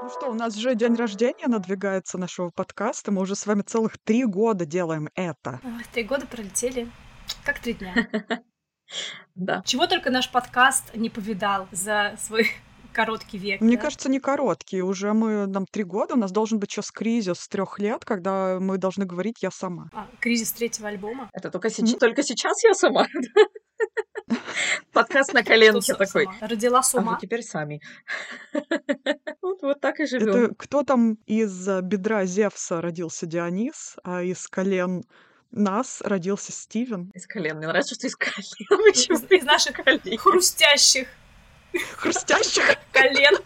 Ну что, у нас же день рождения надвигается нашего подкаста. Мы уже с вами целых 3 года делаем это. Ой, 3 года пролетели, как 3 дня. Да. Чего только наш подкаст не повидал за свой короткий век, Мне да? кажется, не короткие. Уже нам 3 года. У нас должен быть сейчас кризис 3 лет, когда мы должны говорить «я сама». Кризис третьего альбома. Это только сейчас я сама. Подкаст на коленке такой. Сама? Родила с А вы ума. теперь сами. Вот так и Это живем. кто там из бедра Зевса родился Дионис, а из колен нас родился Стивен? Из колен. Мне нравится, что из колен. Почему Из наших колен? хрустящих Хрустящих? колен.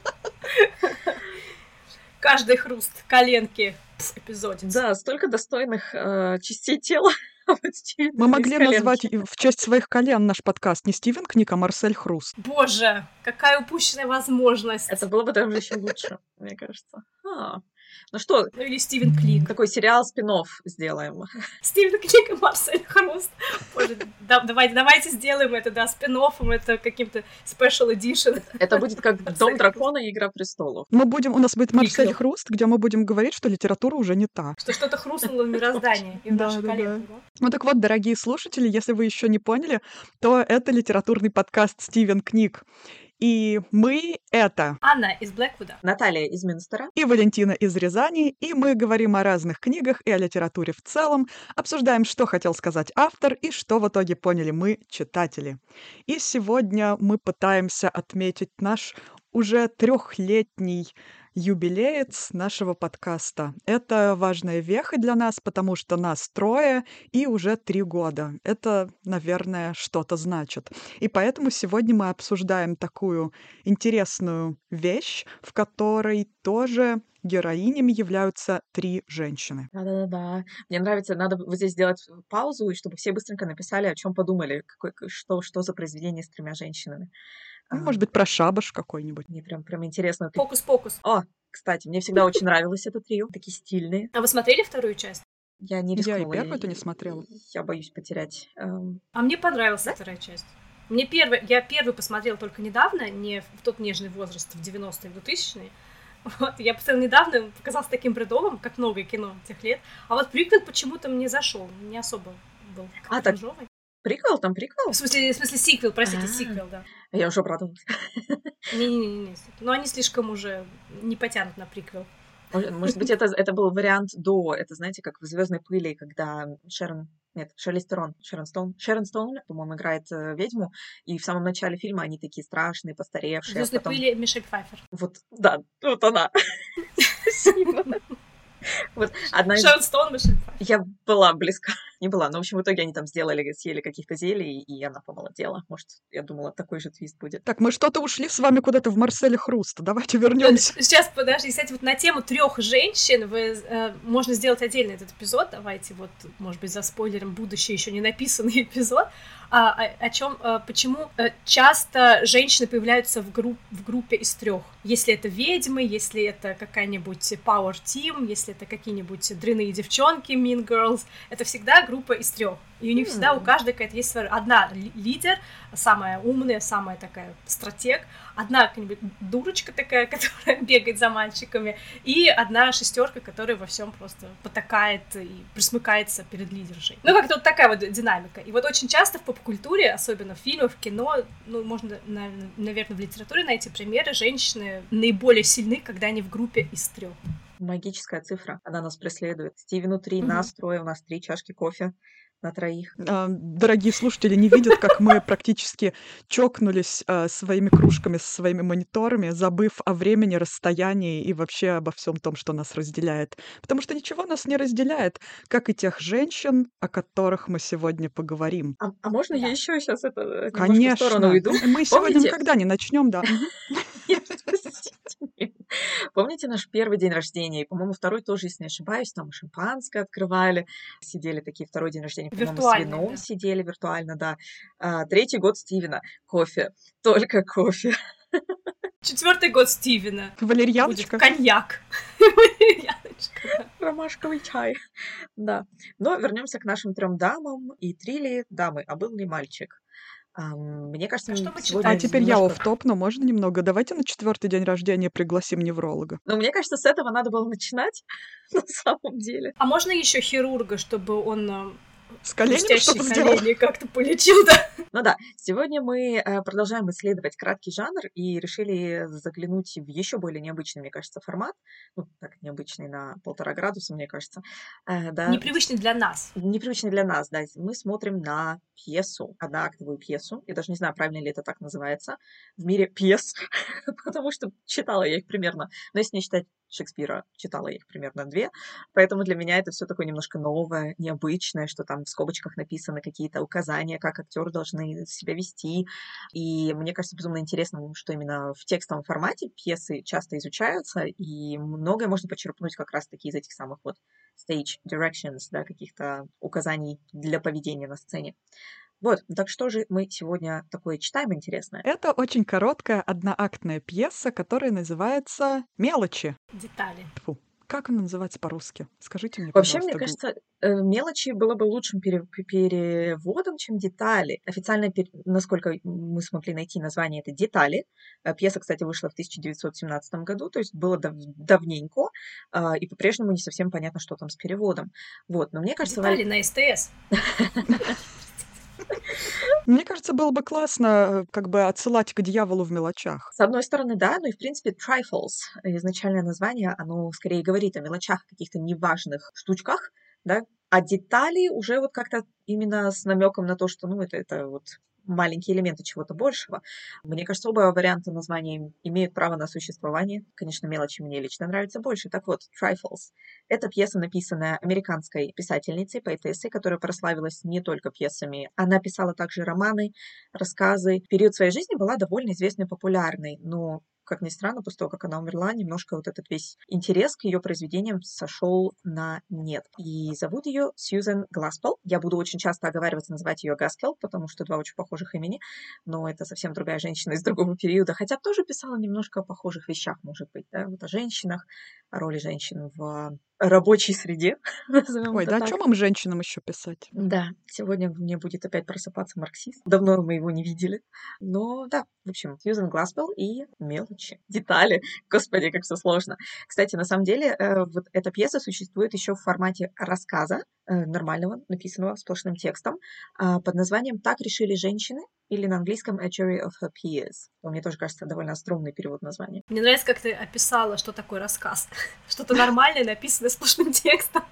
Каждый хруст коленки эпизодец. Да, столько достойных частей тела. Мы могли назвать в честь своих колен наш подкаст не Стивен Кник, а Марсель Хруст. Боже, какая упущенная возможность. Это было бы даже еще лучше, мне кажется. Ну что, Ну или Стивен Клик. такой сериал спин-офф сделаем. Стивен Клик и Марсель Хруст. Боже, давайте сделаем это, да, спин-оффом, это каким-то special edition. Это будет как Дом дракона и Игра престолов. У нас будет Марсель Хруст, где мы будем говорить, что литература уже не та. Что что-то хрустнуло в мироздании и в наших коленках. Ну так вот, дорогие слушатели, если вы еще не поняли, то это литературный подкаст «Стивен Кник». И мы — это Анна из Блэквуда, Наталья из Мюнстера и Валентина из Рязани, и мы говорим о разных книгах и о литературе в целом, обсуждаем, что хотел сказать автор и что в итоге поняли мы, читатели. И сегодня мы пытаемся отметить наш уже 3-летний юбилеец нашего подкаста. Это важная веха для нас, потому что нас 3 и уже 3 года. Это, наверное, что-то значит. И поэтому сегодня мы обсуждаем такую интересную вещь, в которой тоже героинями являются 3 женщины. Да. Мне нравится, надо вот здесь сделать паузу, и чтобы все быстренько написали, о чем подумали, что за произведение с 3 женщинами. Может быть, про шабаш какой-нибудь. Мне прям интересно. Фокус-покус. О, кстати, мне всегда очень нравилось это трио. Такие стильные. А вы смотрели вторую часть? Я не рискнула. Я и первую-то не смотрела. Я боюсь потерять. А мне понравилась вторая часть. Я первую посмотрела только недавно, не в тот нежный возраст, в 90-е, в 2000-е. Вот, я посмотрела недавно, показался таким бредовым, как многое кино тех лет. А вот приквел почему-то мне зашел, не особо был кринжовый. Приквел? Там приквел? В смысле сиквел, простите, сиквел, да. Я уже обрадовалась. Не. Но они слишком уже не потянут на приквел. Может быть, это был вариант до, это, знаете, как в «Звездной пыли», когда Шерлиз Терон, Шерон Стоун, по-моему, играет ведьму, и в самом начале фильма они такие страшные, постаревшие. В «Звездной пыли» Мишель Пфайффер. Вот, да, вот она. Спасибо. Вот одна из... Шерон Стоун, Мишель Пфайффер. Я была близка. Не была, но, в общем, в итоге они там съели каких-то зелий, и она помолодела. Может, я думала, такой же твист будет. Так, мы что-то ушли с вами куда-то в Марселя Хруста. Давайте вернемся. Сейчас, подожди, кстати, вот на тему 3 женщин можно сделать отдельный этот эпизод. Давайте, вот, может быть, за спойлером будущий еще не написанный эпизод. Почему часто женщины появляются в группе из 3. Если это ведьмы, если это какая-нибудь power team, если это какие-нибудь дрянные девчонки, mean girls, это всегда группа из 3. И у них всегда, у каждой какая-то есть своя... Одна лидер, самая умная, самая такая стратег, одна какая-нибудь дурочка такая, которая бегает за мальчиками, и одна шестерка, которая во всем просто потакает и присмыкается перед лидершей. Ну, как-то вот такая вот динамика. И вот очень часто в поп-культуре, особенно в фильмах, в кино, ну, можно, наверное, в литературе найти примеры, женщины наиболее сильны, когда они в группе из 3. Магическая цифра, она нас преследует. Стивену 3, нас 3, у нас 3 чашки кофе на 3. Дорогие слушатели не видят, как мы практически чокнулись своими кружками, своими мониторами, забыв о времени, расстоянии и вообще обо всем том, что нас разделяет. Потому что ничего нас не разделяет, как и тех женщин, о которых мы сегодня поговорим. А можно я еще сейчас Конечно. в сторону уйду? Мы сегодня никогда не начнем, да. Помните наш первый день рождения? И, по-моему, второй тоже, если не ошибаюсь, там шампанское открывали. Сидели такие, второй день рождения, по-моему, с вином, да. Сидели виртуально, да. 3-й год Стивена. Кофе. Только кофе. 4-й год Стивена. Валерьяночка. Будет коньяк. Валерьяночка. Ромашковый чай. Да. Но вернемся к нашим 3 дамам. И 3 ли дамы, а был ли мальчик? Мне кажется, А что вы сегодня А читали? теперь я немножко... офф-топ, но можно немного? Давайте на 4-й день рождения пригласим невролога. Ну, мне кажется, с этого надо было начинать на самом деле. А можно еще хирурга, чтобы он С коленями хрустящие что-то сделал? колени как-то полечил, да? Ну да, сегодня мы продолжаем исследовать краткий жанр и решили заглянуть в еще более необычный, мне кажется, формат. Ну, так, необычный на 1,5 градуса, мне кажется. Да, Непривычный для нас. непривычный для нас, да. Мы смотрим на пьесу, одноактовую пьесу. Я даже не знаю, правильно ли это так называется. В мире пьес, потому что читала я их примерно, но если не считать Шекспира, читала я их примерно 2. Поэтому для меня это все такое немножко новое, необычное, что там в скобочках написаны какие-то указания, как актеры должны себя вести. И мне кажется безумно интересным, что именно в текстовом формате пьесы часто изучаются, и многое можно почерпнуть как раз-таки из этих самых вот stage directions, да, каких-то указаний для поведения на сцене. Вот, так что же мы сегодня такое читаем интересное? Это очень короткая одноактная пьеса, которая называется «Мелочи». Детали. Тьфу. Как она называется по-русски? Скажите мне, Вообще, мне пожалуйста, кажется, мелочи было бы лучшим переводом, чем детали. Официально, насколько мы смогли найти название, это «Детали». Пьеса, кстати, вышла в 1917 году, то есть было давненько, и по-прежнему не совсем понятно, что там с переводом. Вот, но мне кажется... Детали на СТС. Мне кажется, было бы классно как бы отсылать к дьяволу в мелочах. С одной стороны, да, но и, в принципе, trifles, изначальное название, оно скорее говорит о мелочах, каких-то неважных штучках, да, а детали уже вот как-то именно с намеком на то, что, ну, это вот маленькие элементы чего-то большего. Мне кажется, оба варианта названия имеют право на существование. Конечно, мелочи мне лично нравятся больше. Так вот, Trifles. Это пьеса, написанная американской писательницей, поэтессой, которая прославилась не только пьесами. Она писала также романы, рассказы. В период своей жизни была довольно известной и популярной, но как ни странно, после того, как она умерла, немножко вот этот весь интерес к ее произведениям сошел на нет. И зовут ее Сьюзен Гласпел. Я буду очень часто оговариваться, называть ее Гаскел, потому что 2 очень похожих имени, но это совсем другая женщина из другого периода, хотя тоже писала немножко о похожих вещах, может быть, да, вот о женщинах, о роли женщин в рабочей среде, назовем Ой, это да о так. чем им, женщинам, еще писать? Да, сегодня мне будет опять просыпаться марксист. Давно мы его не видели. Но да, в общем, Сьюзен Гласпел и мелочи, детали. Господи, как все сложно. Кстати, на самом деле, вот эта пьеса существует еще в формате рассказа, нормального, написанного сплошным текстом, под названием «Так решили женщины» или на английском «A Jury of Her Peers». Мне тоже кажется, довольно остроумный перевод названия. Мне нравится, как ты описала, что такое рассказ. Что-то нормальное, написанное сплошным текстом.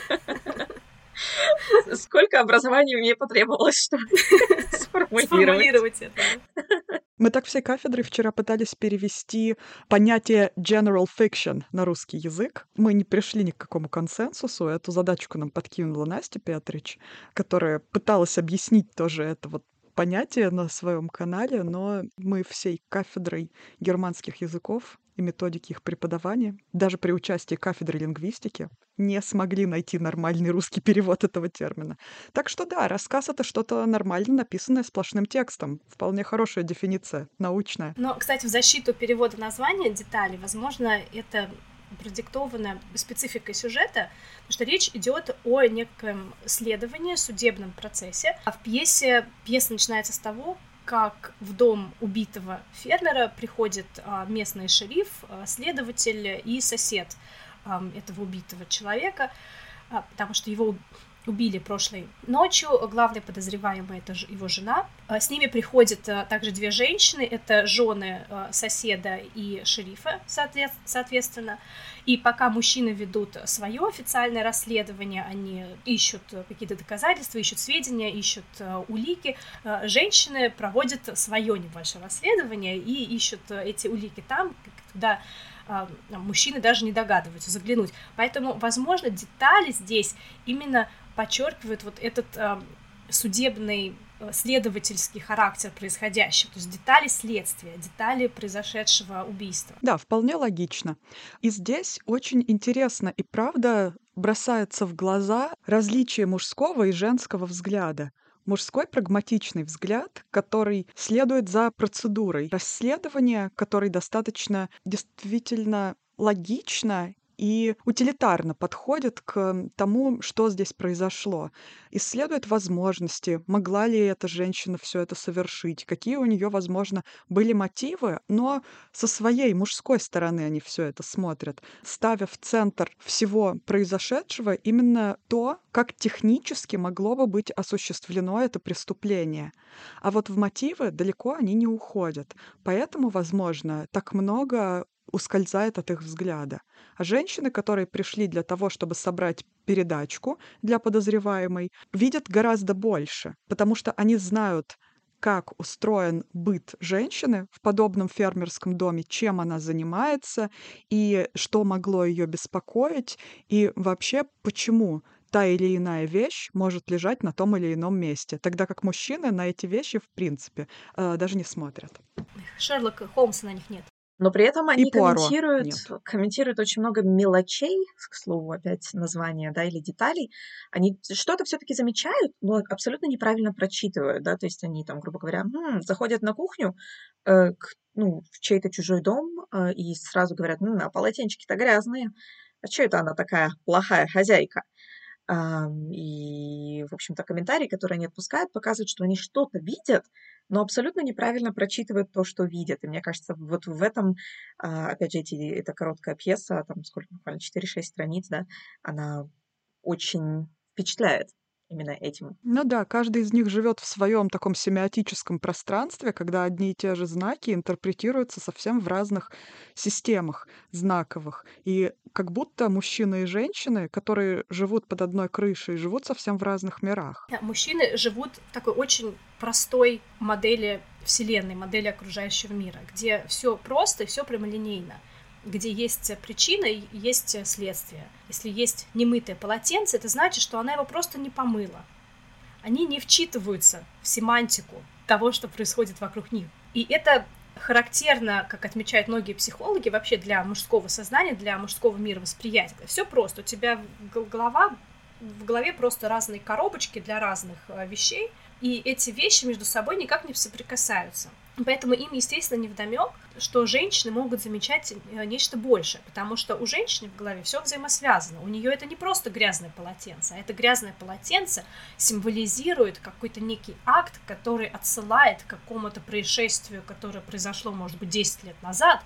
Сколько образований мне потребовалось, чтобы сформулировать это. Мы так всей кафедрой вчера пытались перевести понятие general fiction на русский язык. Мы не пришли ни к какому консенсусу. Эту задачку нам подкинула Настя Петрич, которая пыталась объяснить тоже это вот понятие на своем канале, но мы всей кафедрой германских языков и методики их преподавания, даже при участии кафедры лингвистики, не смогли найти нормальный русский перевод этого термина. Так что да, рассказ — это что-то нормально написанное сплошным текстом. Вполне хорошая дефиниция, научная. Но, кстати, в защиту перевода названия «Детали», возможно, это продиктовано спецификой сюжета, потому что речь идет о неком следовании, судебном процессе. А в пьеса начинается с того, как в дом убитого фермера приходит местный шериф, следователь и сосед этого убитого человека, потому что его убили прошлой ночью. Главный подозреваемый — это его жена. С ними приходят также 2 женщины, это жены соседа и шерифа, соответственно. И пока мужчины ведут свое официальное расследование, они ищут какие-то доказательства, ищут сведения, ищут улики, женщины проводят свое небольшое расследование и ищут эти улики там, когда мужчины даже не догадываются заглянуть. Поэтому, возможно, детали здесь именно подчеркивают вот этот судебный следовательский характер происходящего, то есть детали следствия, детали произошедшего убийства. Да, вполне логично. И здесь очень интересно и правда бросается в глаза различие мужского и женского взгляда. Мужской прагматичный взгляд, который следует за процедурой расследования, который достаточно действительно логично и утилитарно подходит к тому, что здесь произошло. Исследует возможности, могла ли эта женщина все это совершить, какие у нее, возможно, были мотивы, но со своей мужской стороны они все это смотрят, ставя в центр всего произошедшего именно то, как технически могло бы быть осуществлено это преступление. А вот в мотивы далеко они не уходят. Поэтому, возможно, так много ускользает от их взгляда. А женщины, которые пришли для того, чтобы собрать передачку для подозреваемой, видят гораздо больше, потому что они знают, как устроен быт женщины в подобном фермерском доме, чем она занимается и что могло ее беспокоить, и вообще почему та или иная вещь может лежать на том или ином месте, тогда как мужчины на эти вещи, в принципе, даже не смотрят. Шерлока Холмса на них нет. Но при этом И они Пуаро комментируют, нет. комментируют очень много мелочей, к слову, опять названия, да, или деталей. Они что-то все-таки замечают, но абсолютно неправильно прочитывают, да, то есть они там, грубо говоря, заходят на кухню, в чей-то чужой дом, и сразу говорят, а полотенчики-то грязные, а что это она такая плохая хозяйка? И, в общем-то, комментарии, которые они отпускают, показывают, что они что-то видят, но абсолютно неправильно прочитывают то, что видят. И мне кажется, вот в этом, опять же, эта короткая пьеса, там сколько, буквально 4-6 страниц, да, она очень впечатляет именно этим. Ну да, каждый из них живет в своем таком семиотическом пространстве, когда одни и те же знаки интерпретируются совсем в разных системах знаковых. И как будто мужчины и женщины, которые живут под одной крышей, живут совсем в разных мирах. Мужчины живут в такой очень простой модели Вселенной, модели окружающего мира, где все просто и все прямолинейно, где есть причина и есть следствие. Если есть немытое полотенце, это значит, что она его просто не помыла. Они не вчитываются в семантику того, что происходит вокруг них. И это характерно, как отмечают многие психологи, вообще для мужского сознания, для мужского мировосприятия. Все просто. У тебя в голове просто разные коробочки для разных вещей, и эти вещи между собой никак не соприкасаются. Поэтому им, естественно, невдомёк, что женщины могут замечать нечто большее, потому что у женщины в голове все взаимосвязано. У нее это не просто грязное полотенце, а это грязное полотенце символизирует какой-то некий акт, который отсылает к какому-то происшествию, которое произошло, может быть, 10 лет назад.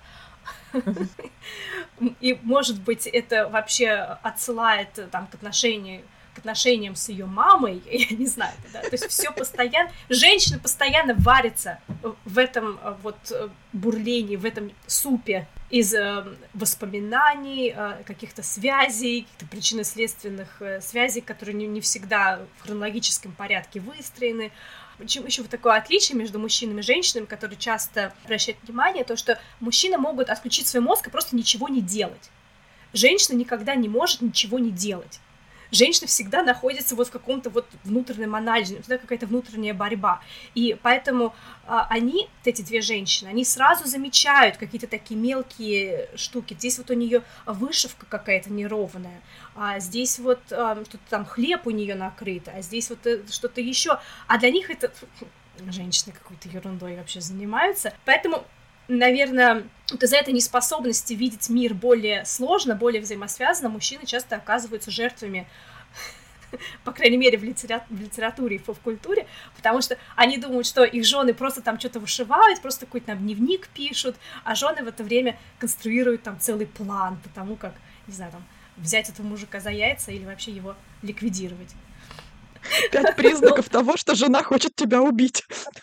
И, может быть, это вообще отсылает там, к отношениям с ее мамой, я не знаю, да, то есть все постоянно, женщина постоянно варится в этом вот бурлении, в этом супе из воспоминаний, каких-то связей, каких-то причинно-следственных связей, которые не всегда в хронологическом порядке выстроены. Чем еще вот такое отличие между мужчинами и женщинами, которые часто обращают внимание, то, что мужчины могут отключить свой мозг и просто ничего не делать. Женщина никогда не может ничего не делать. Женщина всегда находится вот в каком-то вот внутреннем анализе, всегда какая-то внутренняя борьба. И поэтому они, эти две женщины, они сразу замечают какие-то такие мелкие штуки. Здесь вот у нее вышивка какая-то неровная, а здесь вот что-то там хлеб у нее накрыт, а здесь вот что-то еще. А для них это женщины какой-то ерундой вообще занимаются. Поэтому, наверное, вот из-за этой неспособности видеть мир более сложно, более взаимосвязанно, мужчины часто оказываются жертвами, по крайней мере, в литературе и в культуре, потому что они думают, что их жены просто там что-то вышивают, просто какой-то там дневник пишут, а жены в это время конструируют там целый план по тому, как, не знаю, там, взять этого мужика за яйца или вообще его ликвидировать. 5 признаков того, что жена хочет тебя убить.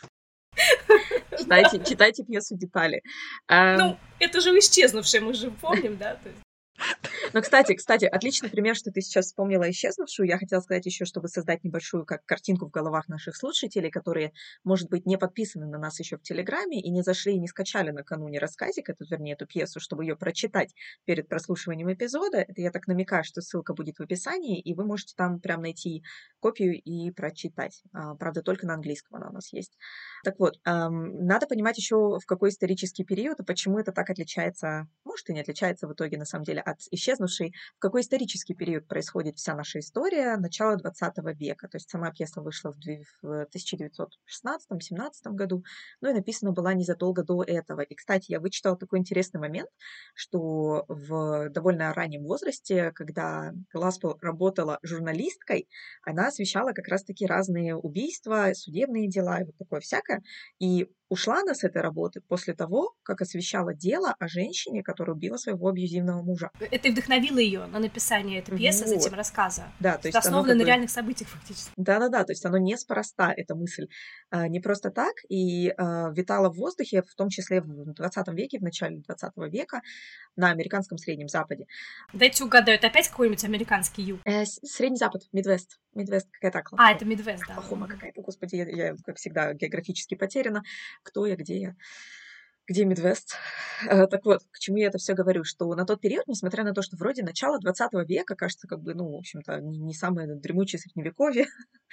Читайте пьесу «Детали». Ну, это же исчезнувшее, мы же помним, да? Ну, кстати, отличный пример, что ты сейчас вспомнила исчезнувшую. Я хотела сказать еще, чтобы создать небольшую как картинку в головах наших слушателей, которые, может быть, не подписаны на нас еще в Телеграме и не зашли и не скачали накануне рассказик, эту пьесу, чтобы ее прочитать перед прослушиванием эпизода. Это я так намекаю, что ссылка будет в описании, и вы можете там прям найти копию и прочитать. Правда, только на английском она у нас есть. Так вот, надо понимать еще, в какой исторический период и почему это так отличается, может, и не отличается в итоге, на самом деле, от исчезнувшей, в какой исторический период происходит вся наша история, начало 20 века. То есть сама пьеса вышла в 1916-17 году, но и написана была незадолго до этого. И, кстати, я вычитала такой интересный момент, что в довольно раннем возрасте, когда Гласпел работала журналисткой, она освещала как раз-таки разные убийства, судебные дела и вот такое всякое. И ушла она с этой работы после того, как освещала дело о женщине, которая убила своего абьюзивного мужа. Это и вдохновило ее на написание этой пьесы, Вот. затем рассказа. Да, то есть основано на реальных событиях фактически. Да-да-да, то есть оно неспроста, эта мысль, не просто так, и витала в воздухе, в том числе в 20 веке, в начале 20 века, на американском Среднем Западе. Дайте угадаю, это опять какой-нибудь американский юг? Средний Запад, Мидвест. Мидвест какая-то это Мидвест, да. Оклахома какая-то, господи, я, как всегда, географически потеряна. Кто я, где я? Где Мидвест? Так вот, к чему я это все говорю, что на тот период, несмотря на то, что вроде начало 20 века, кажется, как бы, в общем-то, не самое дремучее средневековье,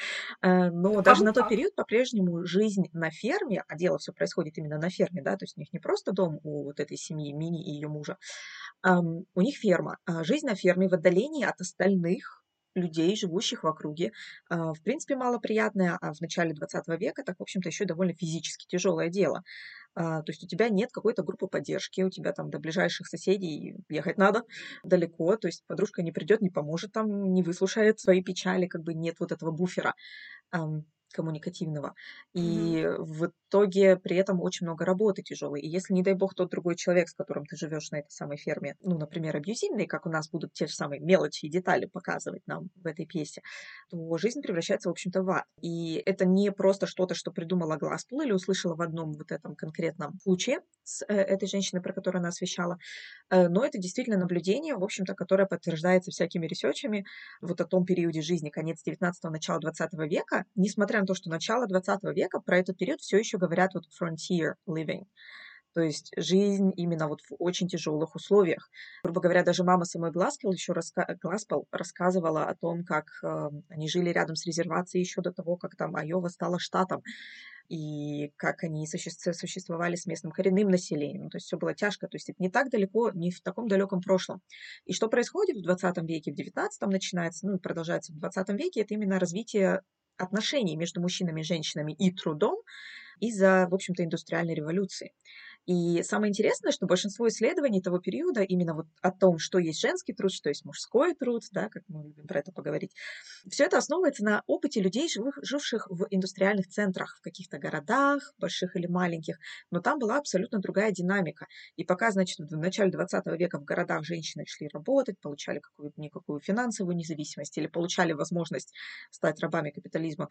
но даже на тот период по-прежнему жизнь на ферме, а дело все происходит именно на ферме, да, то есть у них не просто дом у вот этой семьи Мини и ее мужа, у них ферма. Жизнь на ферме в отдалении от остальных людей, живущих в округе, в принципе, малоприятная, а в начале 20 века так, в общем-то, еще и довольно физически тяжелое дело. То есть у тебя нет какой-то группы поддержки, у тебя там до ближайших соседей ехать надо далеко, то есть подружка не придет, не поможет там, не выслушает свои печали, как бы нет вот этого буфера коммуникативного. И в итоге при этом очень много работы тяжелой. И если, не дай бог, тот другой человек, с которым ты живешь на этой самой ферме, например, абьюзивный, как у нас будут те же самые мелочи и детали показывать нам в этой пьесе, то жизнь превращается, в общем-то, в ад. И это не просто что-то, что придумала Гласпел или услышала в одном вот этом конкретном случае с этой женщиной, про которую она освещала, но это действительно наблюдение, в общем-то, которое подтверждается всякими ресерчами вот о том периоде жизни, конец 19-го, начало 20 века, несмотря на то, что начало 20 века, про этот период все еще говорят вот frontier living, то есть жизнь именно вот в очень тяжелых условиях. Грубо говоря, даже мама самой Гласпел рассказывала о том, как они жили рядом с резервацией еще до того, как там Айова стала штатом, и как они существовали с местным коренным населением. То есть все было тяжко, то есть это не так далеко, не в таком далеком прошлом. И что происходит в 20 веке, в 19 начинается, и продолжается в 20 веке, это именно развитие отношений между мужчинами и женщинами и трудом из-за, в общем-то, индустриальной революции. И самое интересное, что большинство исследований того периода именно вот о том, что есть женский труд, что есть мужской труд, да, как мы любим про это поговорить, все это основывается на опыте людей, живших в индустриальных центрах, в каких-то городах, больших или маленьких, но там была абсолютно другая динамика. И пока, значит, в начале 20 века в городах женщины шли работать, получали какую-никакую финансовую независимость или получали возможность стать рабами капитализма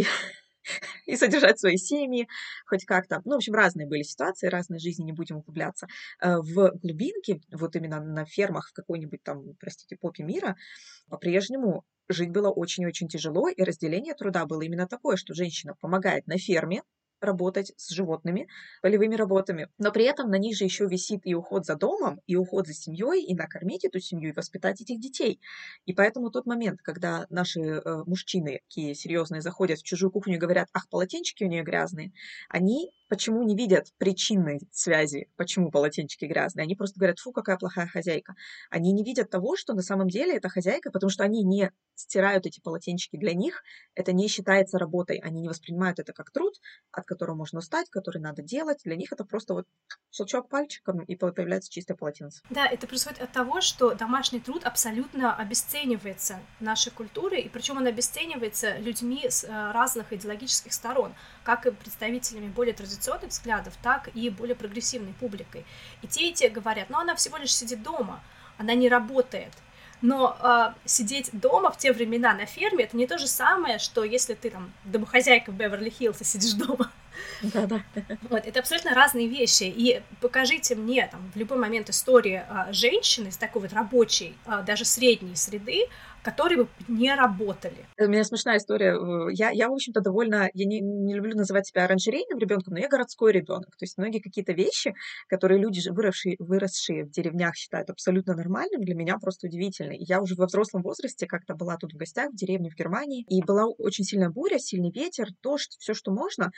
и содержать свои семьи хоть как-то. В общем, разные были ситуации, разные жизни, не будем углубляться. В глубинке, вот именно на фермах в какой-нибудь там, простите, попе мира, по-прежнему жить было очень-очень тяжело, и разделение труда было именно такое, что женщина помогает на ферме работать с животными, полевыми работами, но при этом на них же еще висит и уход за домом, и уход за семьей, и накормить эту семью, и воспитать этих детей. И поэтому тот момент, когда наши мужчины такие серьезные заходят в чужую кухню и говорят, ах, полотенчики у нее грязные, они почему не видят причинной связи, почему полотенчики грязные, они просто говорят, фу, какая плохая хозяйка. Они не видят того, что на самом деле это хозяйка, потому что они не стирают эти полотенчики для них, это не считается работой, они не воспринимают это как труд, от которого можно устать, который надо делать. Для них это просто вот щелчок пальчиком, и появляется чистое полотенце. Да, это происходит от того, что домашний труд абсолютно обесценивается нашей культурой, и причем он обесценивается людьми с разных идеологических сторон, как и представителями более традиционных взглядов, так и более прогрессивной публикой. И те говорят, она всего лишь сидит дома, она не работает. Но сидеть дома в те времена на ферме — это не то же самое, что если ты там домохозяйка в Беверли-Хиллз и сидишь дома. Да-да. Вот, это абсолютно разные вещи. И покажите мне там в любой момент истории женщины из такой вот рабочей, даже средней среды, которые бы не работали. У меня смешная история. Я в общем-то, довольно... Я не люблю называть себя оранжерейным ребенком, но я городской ребенок. То есть многие какие-то вещи, которые люди, выросшие в деревнях, считают абсолютно нормальным, для меня просто удивительны. И я уже во взрослом возрасте как-то была тут в гостях в деревне в Германии, и была очень сильная буря, сильный ветер, дождь, все, что можно.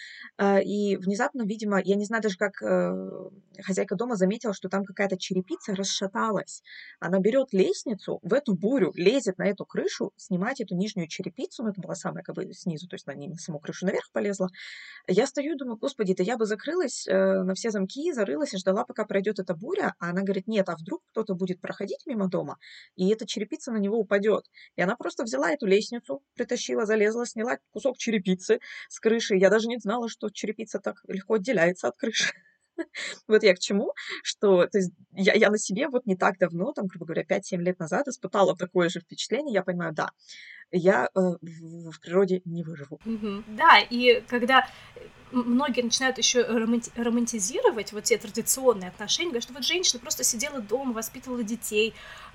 И внезапно, видимо, я не знаю даже, как хозяйка дома заметила, что там какая-то черепица расшаталась. Она берет лестницу, в эту бурю лезет на эту крышу, снимать эту нижнюю черепицу, ну, это была самая как бы снизу, то есть она не на саму крышу наверх полезла. Я стою и думаю, господи, да я бы закрылась на все замки, зарылась и ждала, пока пройдет эта буря, а она говорит, нет, а вдруг кто-то будет проходить мимо дома, и эта черепица на него упадет. И она просто взяла эту лестницу, притащила, залезла, сняла кусок черепицы с крыши. Я даже не знала, что черепица так легко отделяется от крыши. Вот я к чему, что то есть я на себе вот не так давно, там, грубо говоря, 5-7 лет назад испытала такое же впечатление. Я понимаю, да, я в природе не выживу. Да, и когда многие начинают еще романтизировать вот те традиционные отношения, говорят, что вот женщина просто сидела дома, воспитывала детей.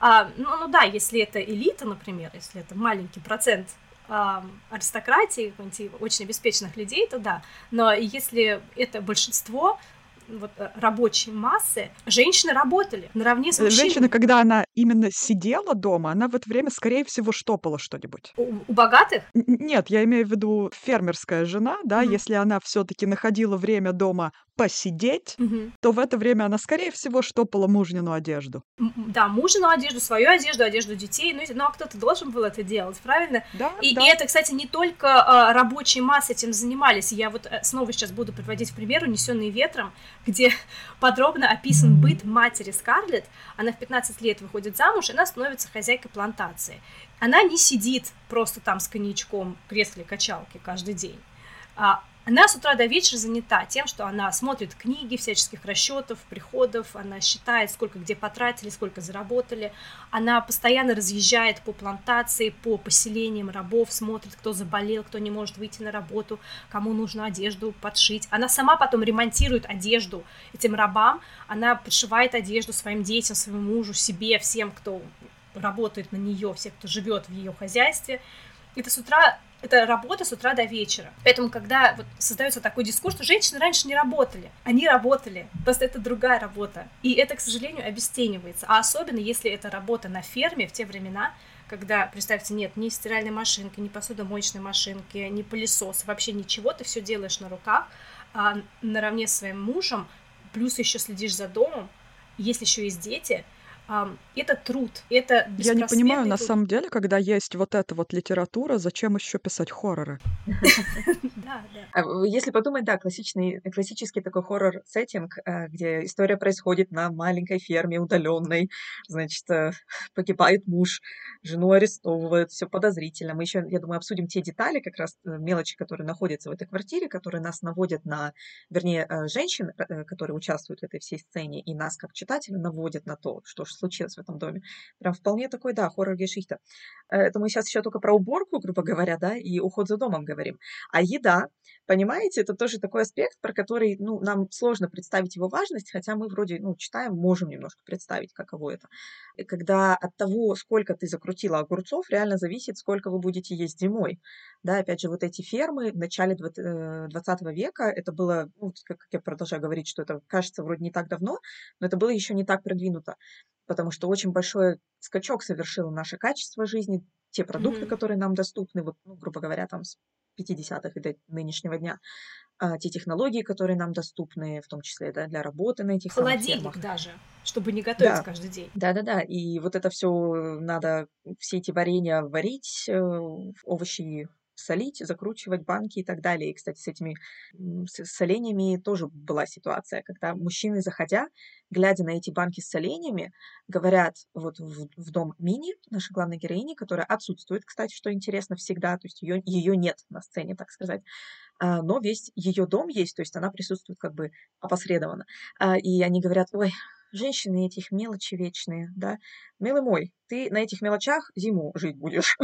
Ну да, если это элита, например, если это маленький процент аристократии, очень обеспеченных людей, то да. Но если это большинство, вот, рабочей массы, женщины работали наравне с мужчинами. Женщина, когда она именно сидела дома, она в это время, скорее всего, штопала что-нибудь. У богатых? Нет, я имею в виду фермерская жена, да, если она все-таки находила время дома посидеть, то в это время она, скорее всего, штопала мужнину одежду. Да, мужнину одежду, свою одежду, одежду детей, ну а кто-то должен был это делать, правильно? Да, и это, кстати, не только рабочие массы этим занимались. Я вот снова сейчас буду приводить в пример «Унесённые ветром», где подробно описан быт матери Скарлетт. Она в 15 лет выходит замуж, и она становится хозяйкой плантации. Она не сидит просто там с коньячком в кресле-качалке каждый день. Она с утра до вечера занята тем, что она смотрит книги всяческих расчетов, приходов, она считает, сколько где потратили, сколько заработали. Она постоянно разъезжает по плантации, по поселениям рабов, смотрит, кто заболел, кто не может выйти на работу, кому нужно одежду подшить. Она сама потом ремонтирует одежду этим рабам, она подшивает одежду своим детям, своему мужу, себе, всем, кто работает на нее, всем, кто живет в ее хозяйстве. Это работа с утра до вечера. Поэтому, когда вот создается такой дискурс, что женщины раньше не работали, они работали, просто это другая работа. И это, к сожалению, обесценивается. А особенно, если это работа на ферме в те времена, когда, представьте, нет ни стиральной машинки, ни посудомоечной машинки, ни пылесоса, вообще ничего, ты все делаешь на руках, наравне с своим мужем, плюс еще следишь за домом, если еще есть дети. Это труд, это беспросветный Я не понимаю, на труд. самом деле, когда есть вот эта вот литература, зачем еще писать хорроры? Да. Если подумать, да, классический такой хоррор-сеттинг, где история происходит на маленькой ферме удаленной, значит, погибает муж, жену арестовывают, все подозрительно. Мы еще, я думаю, обсудим те детали, как раз мелочи, которые находятся в этой квартире, которые нас наводят вернее, женщин, которые участвуют в этой всей сцене, и нас, как читателя, наводят на то, что же случилось в этом доме. Прям вполне такой, да, хоррор-гешихта. Это мы сейчас еще только про уборку, грубо говоря, да, и уход за домом говорим. А еда, понимаете, это тоже такой аспект, про который, нам сложно представить его важность, хотя мы вроде, читаем, можем немножко представить, каково это. И когда от того, сколько ты закрутила огурцов, реально зависит, сколько вы будете есть зимой. Да, опять же, вот эти фермы в начале 20 века, это было, как я продолжаю говорить, что это кажется вроде не так давно, но это было еще не так продвинуто, потому что очень большой скачок совершило наше качество жизни, те продукты, которые нам доступны, вот, грубо говоря, там с 50-х и до нынешнего дня, те технологии, которые нам доступны, в том числе, да, для работы на этих самых фермах. Холодильник даже, чтобы не готовить каждый день. Да. И вот это все надо, все эти варенья варить, овощи солить, закручивать банки и так далее. И, кстати, с этими соленьями тоже была ситуация, когда мужчины, заходя, глядя на эти банки с соленьями, говорят вот в дом Мини, нашей главной героини, которая отсутствует, кстати, что интересно, всегда, то есть ее нет на сцене, так сказать, но весь ее дом есть, то есть она присутствует как бы опосредованно. И они говорят, ой, женщины этих мелочи вечные, да, милый мой, ты на этих мелочах зиму жить будешь.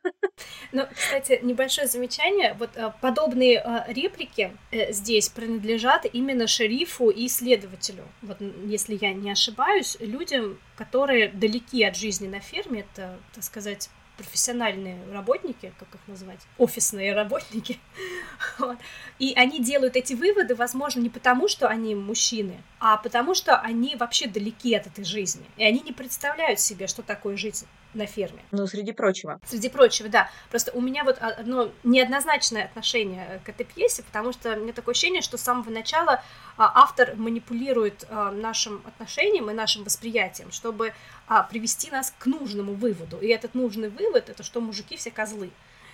Ну, кстати, небольшое замечание. Вот подобные реплики здесь принадлежат именно шерифу и следователю. Вот, если я не ошибаюсь, людям, которые далеки от жизни на ферме, это, так сказать, профессиональные работники, как их назвать, офисные работники, вот. И они делают эти выводы, возможно, не потому, что они мужчины, а потому, что они вообще далеки от этой жизни, и они не представляют себе, что такое жить на ферме. Ну, среди прочего. Среди прочего, да. Просто у меня вот одно неоднозначное отношение к этой пьесе, потому что у меня такое ощущение, что с самого начала автор манипулирует нашим отношением и нашим восприятием, чтобы привести нас к нужному выводу. И этот нужный вывод — это что мужики все козлы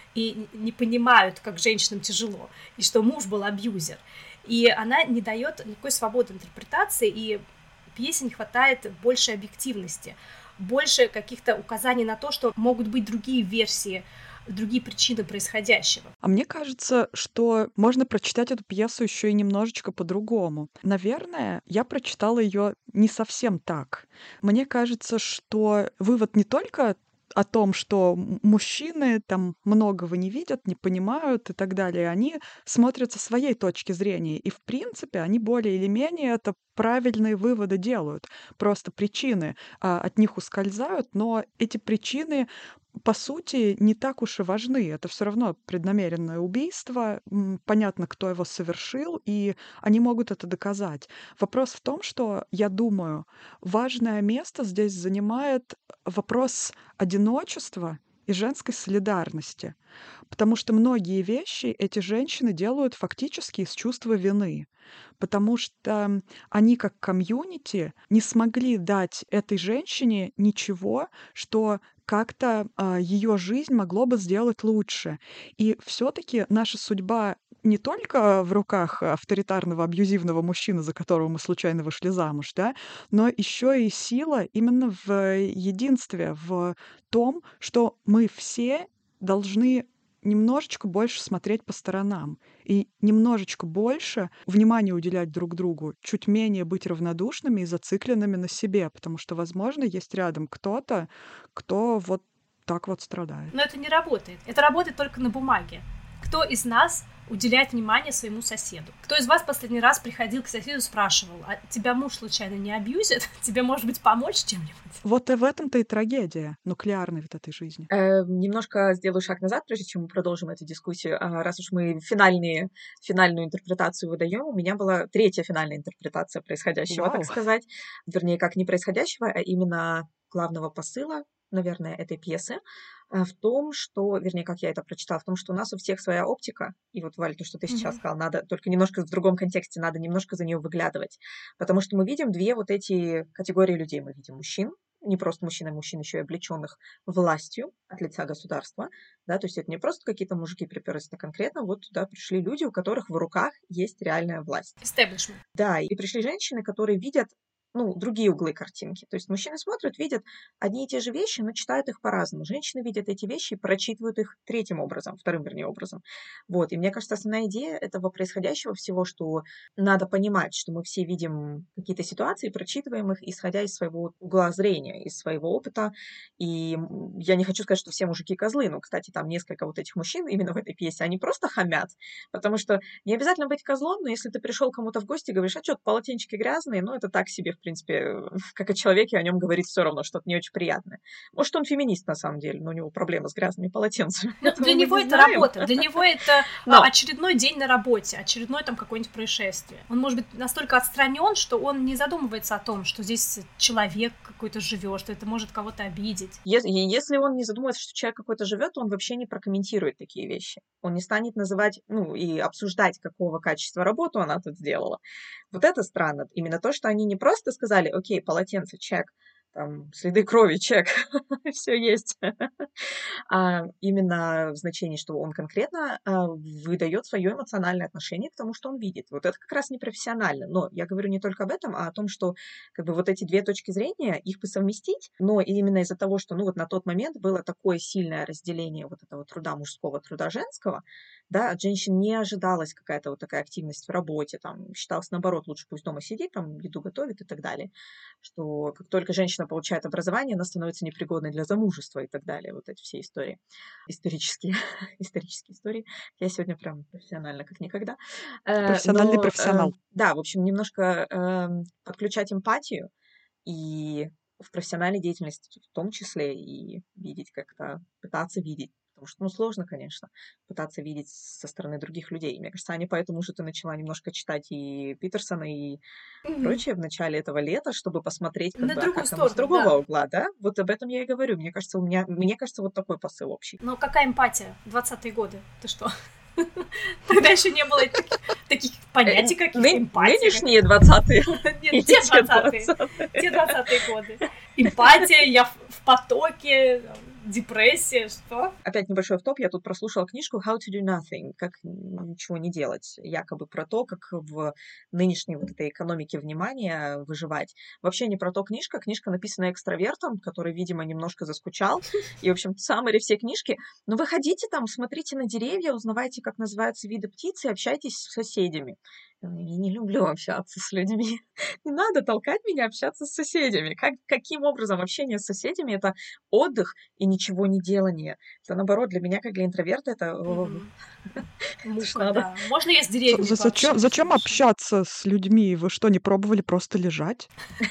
и не понимают, как женщинам тяжело, и что муж был абьюзер. И она не дает никакой свободы интерпретации, и пьесе не хватает больше объективности, больше каких-то указаний на то, что могут быть другие версии, другие причины происходящего. А мне кажется, что можно прочитать эту пьесу еще и немножечко по-другому. Наверное, я прочитала ее не совсем так. Мне кажется, что вывод не только о том, что мужчины там многого не видят, не понимают и так далее, они смотрят со своей точки зрения. И, в принципе, они более или менее это правильные выводы делают. Просто причины от них ускользают, но эти причины по сути, не так уж и важны. Это все равно преднамеренное убийство, понятно, кто его совершил, и они могут это доказать. Вопрос в том, что, я думаю, важное место здесь занимает вопрос одиночества и женской солидарности. Потому что многие вещи эти женщины делают фактически из чувства вины. Потому что они как комьюнити не смогли дать этой женщине ничего, что как-то ее жизнь могло бы сделать лучше. И все-таки наша судьба не только в руках авторитарного, абьюзивного мужчины, за которого мы случайно вышли замуж, да, но еще и сила именно в единстве, в том, что мы все должны немножечко больше смотреть по сторонам и немножечко больше внимания уделять друг другу, чуть менее быть равнодушными и зацикленными на себе, потому что, возможно, есть рядом кто-то, кто вот так вот страдает. Но это не работает. Это работает только на бумаге. Кто из нас уделяет внимание своему соседу? Кто из вас последний раз приходил к соседу и спрашивал, а тебя муж случайно не абьюзит? Тебе, может быть, помочь чем-нибудь? Вот и в этом-то и трагедия нуклеарной вот этой жизни. Немножко сделаю шаг назад, прежде чем мы продолжим эту дискуссию. Раз уж мы финальную интерпретацию выдаем, у меня была третья финальная интерпретация происходящего, так Вау! сказать. Вернее, как не происходящего, а именно главного посыла, наверное, этой пьесы, в том, что, вернее, как я это прочитала, в том, что у нас у всех своя оптика. И вот, Валь, то, что ты сейчас сказала, надо только немножко в другом контексте, надо немножко за нее выглядывать. Потому что мы видим две вот эти категории людей. Мы видим мужчин, не просто мужчин, а мужчин еще и облеченных властью от лица государства, да, то есть это не просто какие-то мужики приперлись, это конкретно вот туда пришли люди, у которых в руках есть реальная власть. Establishment. Да, и пришли женщины, которые видят, ну, другие углы картинки. То есть мужчины смотрят, видят одни и те же вещи, но читают их по-разному. Женщины видят эти вещи и прочитывают их третьим образом, вторым, вернее, образом. Вот, и мне кажется, основная идея этого происходящего всего, что надо понимать, что мы все видим какие-то ситуации, прочитываем их, исходя из своего угла зрения, из своего опыта. И я не хочу сказать, что все мужики козлы, но, кстати, там несколько вот этих мужчин именно в этой пьесе, они просто хамят, потому что не обязательно быть козлом, но если ты пришел кому-то в гости и говоришь, а что, полотенчики грязные, ну, это так себе, в принципе, как о человеке, о нем говорить все равно, что-то не очень приятное. Может, он феминист на самом деле, но у него проблемы с грязными полотенцами. Ну, для него это работа, для него это очередной день на работе, очередное там какое-нибудь происшествие. Он может быть настолько отстранен, что он не задумывается о том, что здесь человек какой-то живет, что это может кого-то обидеть. Если он не задумывается, что человек какой-то живет, он вообще не прокомментирует такие вещи. Он не станет называть, ну, и обсуждать, какого качества работу она тут сделала. Вот это странно. Именно то, что они не просто сказали, окей, полотенце, чек, там, следы крови, чек, все есть. А именно в значении, что он конкретно выдает свое эмоциональное отношение к тому, что он видит. Вот это как раз непрофессионально. Но я говорю не только об этом, а о том, что как бы вот эти две точки зрения, их бы совместить, но именно из-за того, что ну вот на тот момент было такое сильное разделение вот этого труда мужского, труда женского, да, от женщин не ожидалась какая-то вот такая активность в работе, там, считалось наоборот, лучше пусть дома сидит, там, еду готовит и так далее, что как только женщина получает образование, она становится непригодной для замужества и так далее, вот эти все истории, исторические истории. Я сегодня прям профессионально, как никогда. Профессиональный профессионал. Да, в общем, немножко подключать эмпатию и в профессиональной деятельности в том числе и видеть как-то, пытаться видеть. Потому что, сложно, конечно, пытаться видеть со стороны других людей. Мне кажется, Аня, поэтому же ты начала немножко читать и Питерсона, и прочее в начале этого лета, чтобы посмотреть, на другую как сторону, оно с другого угла, да? Вот об этом я и говорю. Мне кажется, вот такой посыл общий. Но какая эмпатия? 20-е годы. Ты что? Тогда еще не было таких понятий, как эмпатия. Нынешние 20-е. Нет, те 20-е. Те 20-е годы. Эмпатия, я в потоке, депрессия, что? Опять небольшой автоп. Я тут прослушала книжку How to do nothing, как ничего не делать. Якобы про то, как в нынешней вот этой экономике внимания выживать. Вообще не про то книжка. Книжка написана экстравертом, который, видимо, немножко заскучал. И, в общем, саммари всей книжки. Но вы ходите там, смотрите на деревья, узнавайте, как называются виды птиц, и общайтесь с соседями. Я не люблю общаться с людьми. Не надо толкать меня общаться с соседями. Каким образом общение с соседями — это отдых и ничего не делание? Это, наоборот, для меня, как для интроверта, это... Мука, да. Можно я с деревьями Зачем общаться с людьми? Вы что, не пробовали просто лежать?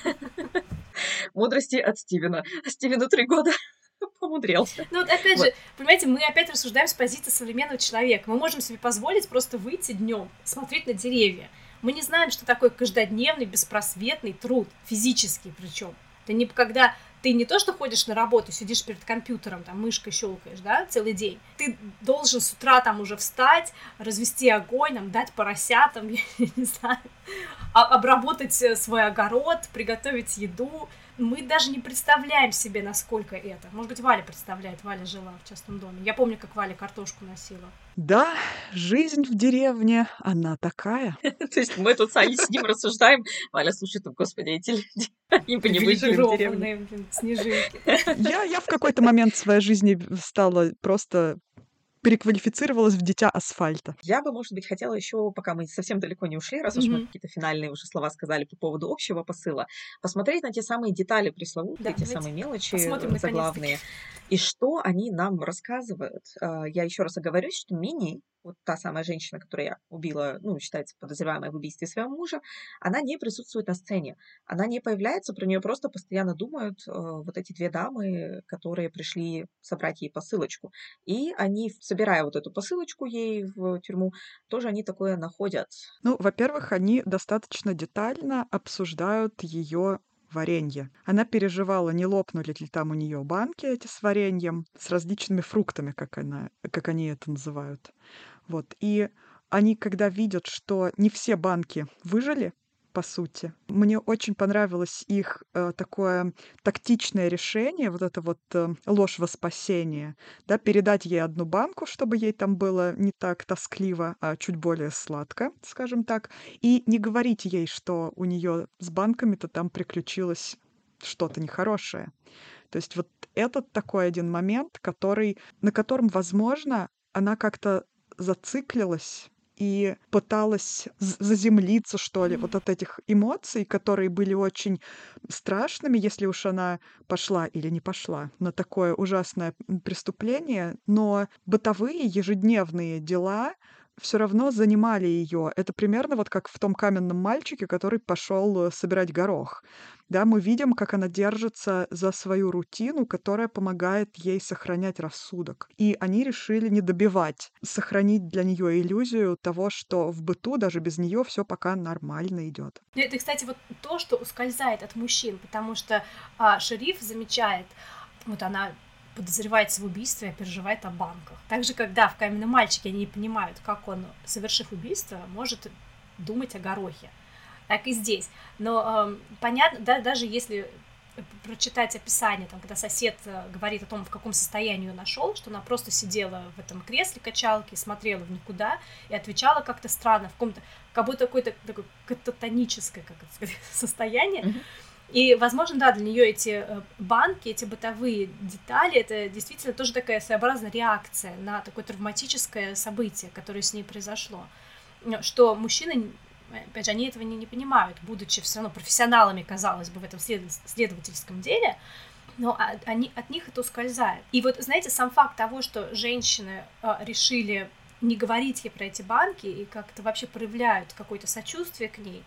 Мудрости от Стивена. Стивену 3 года. Помудрился. Ну вот опять же, понимаете, мы опять рассуждаем с позиции современного человека. Мы можем себе позволить просто выйти днем, смотреть на деревья. Мы не знаем, что такое каждодневный, беспросветный труд, физический причем. Это не когда ты не то, что ходишь на работу, сидишь перед компьютером, там, мышкой щелкаешь, да, целый день. Ты должен с утра там уже встать, развести огонь, там, дать поросятам, я не знаю, обработать свой огород, приготовить еду. Мы даже не представляем себе, насколько это. Может быть, Валя представляет. Валя жила в частном доме. Я помню, как Валя картошку носила. Да, жизнь в деревне, она такая. То есть мы тут с Аней сидим, рассуждаем. Валя слушает, господи, эти люди, они бы не выжили в деревне. Снежинки. Я в какой-то момент своей жизни стала просто... переквалифицировалась в дитя асфальта. Я бы, может быть, хотела еще, пока мы совсем далеко не ушли, раз уж мы какие-то финальные уже слова сказали по поводу общего посыла, посмотреть на те самые детали пресловутые, те самые мелочи заглавные, и что они нам рассказывают. Я еще раз оговорюсь, что Мини, вот та самая женщина, которую я убила, считается подозреваемой в убийстве своего мужа, она не присутствует на сцене. Она не появляется, про нее просто постоянно думают вот эти 2 дамы, которые пришли собрать ей посылочку. И они, собирая вот эту посылочку ей в тюрьму, тоже они такое находят. Во-первых, они достаточно детально обсуждают ее варенье. Она переживала, не лопнули ли там у нее банки эти с вареньем, с различными фруктами, как они это называют. Вот. И они, когда видят, что не все банки выжили, по сути. Мне очень понравилось их такое тактичное решение, вот это вот ложь во спасение, да, передать ей одну банку, чтобы ей там было не так тоскливо, а чуть более сладко, скажем так, и не говорить ей, что у нее с банками-то там приключилось что-то нехорошее. То есть вот этот такой один момент, на котором, возможно, она как-то зациклилась и пыталась заземлиться, что ли, вот от этих эмоций, которые были очень страшными, если уж она пошла или не пошла на такое ужасное преступление, но бытовые ежедневные дела все равно занимали ее. Это примерно вот как в том каменном мальчике, который пошел собирать горох. Да, мы видим, как она держится за свою рутину, которая помогает ей сохранять рассудок. И они решили не добивать, сохранить для нее иллюзию того, что в быту даже без нее все пока нормально идет. Это, кстати, вот то, что ускользает от мужчин, потому что шериф замечает, вот она подозревается в убийстве, переживает о банках. Так же, когда в «Каменном мальчике» они не понимают, как он, совершив убийство, может думать о горохе. Так и здесь. Но понятно, да, даже если прочитать описание, там, когда сосед говорит о том, в каком состоянии он нашел, что она просто сидела в этом кресле качалки, смотрела в никуда и отвечала как-то странно, в каком-то, как будто какое-то такое кататоническое, как это сказать, состояние. И, возможно, да, для нее эти банки, эти бытовые детали, это действительно тоже такая своеобразная реакция на такое травматическое событие, которое с ней произошло. Что мужчины, опять же, они этого не понимают, будучи все равно профессионалами, казалось бы, в этом следовательском деле, но от них это ускользает. И вот, знаете, сам факт того, что женщины решили не говорить ей про эти банки и как-то вообще проявляют какое-то сочувствие к ней,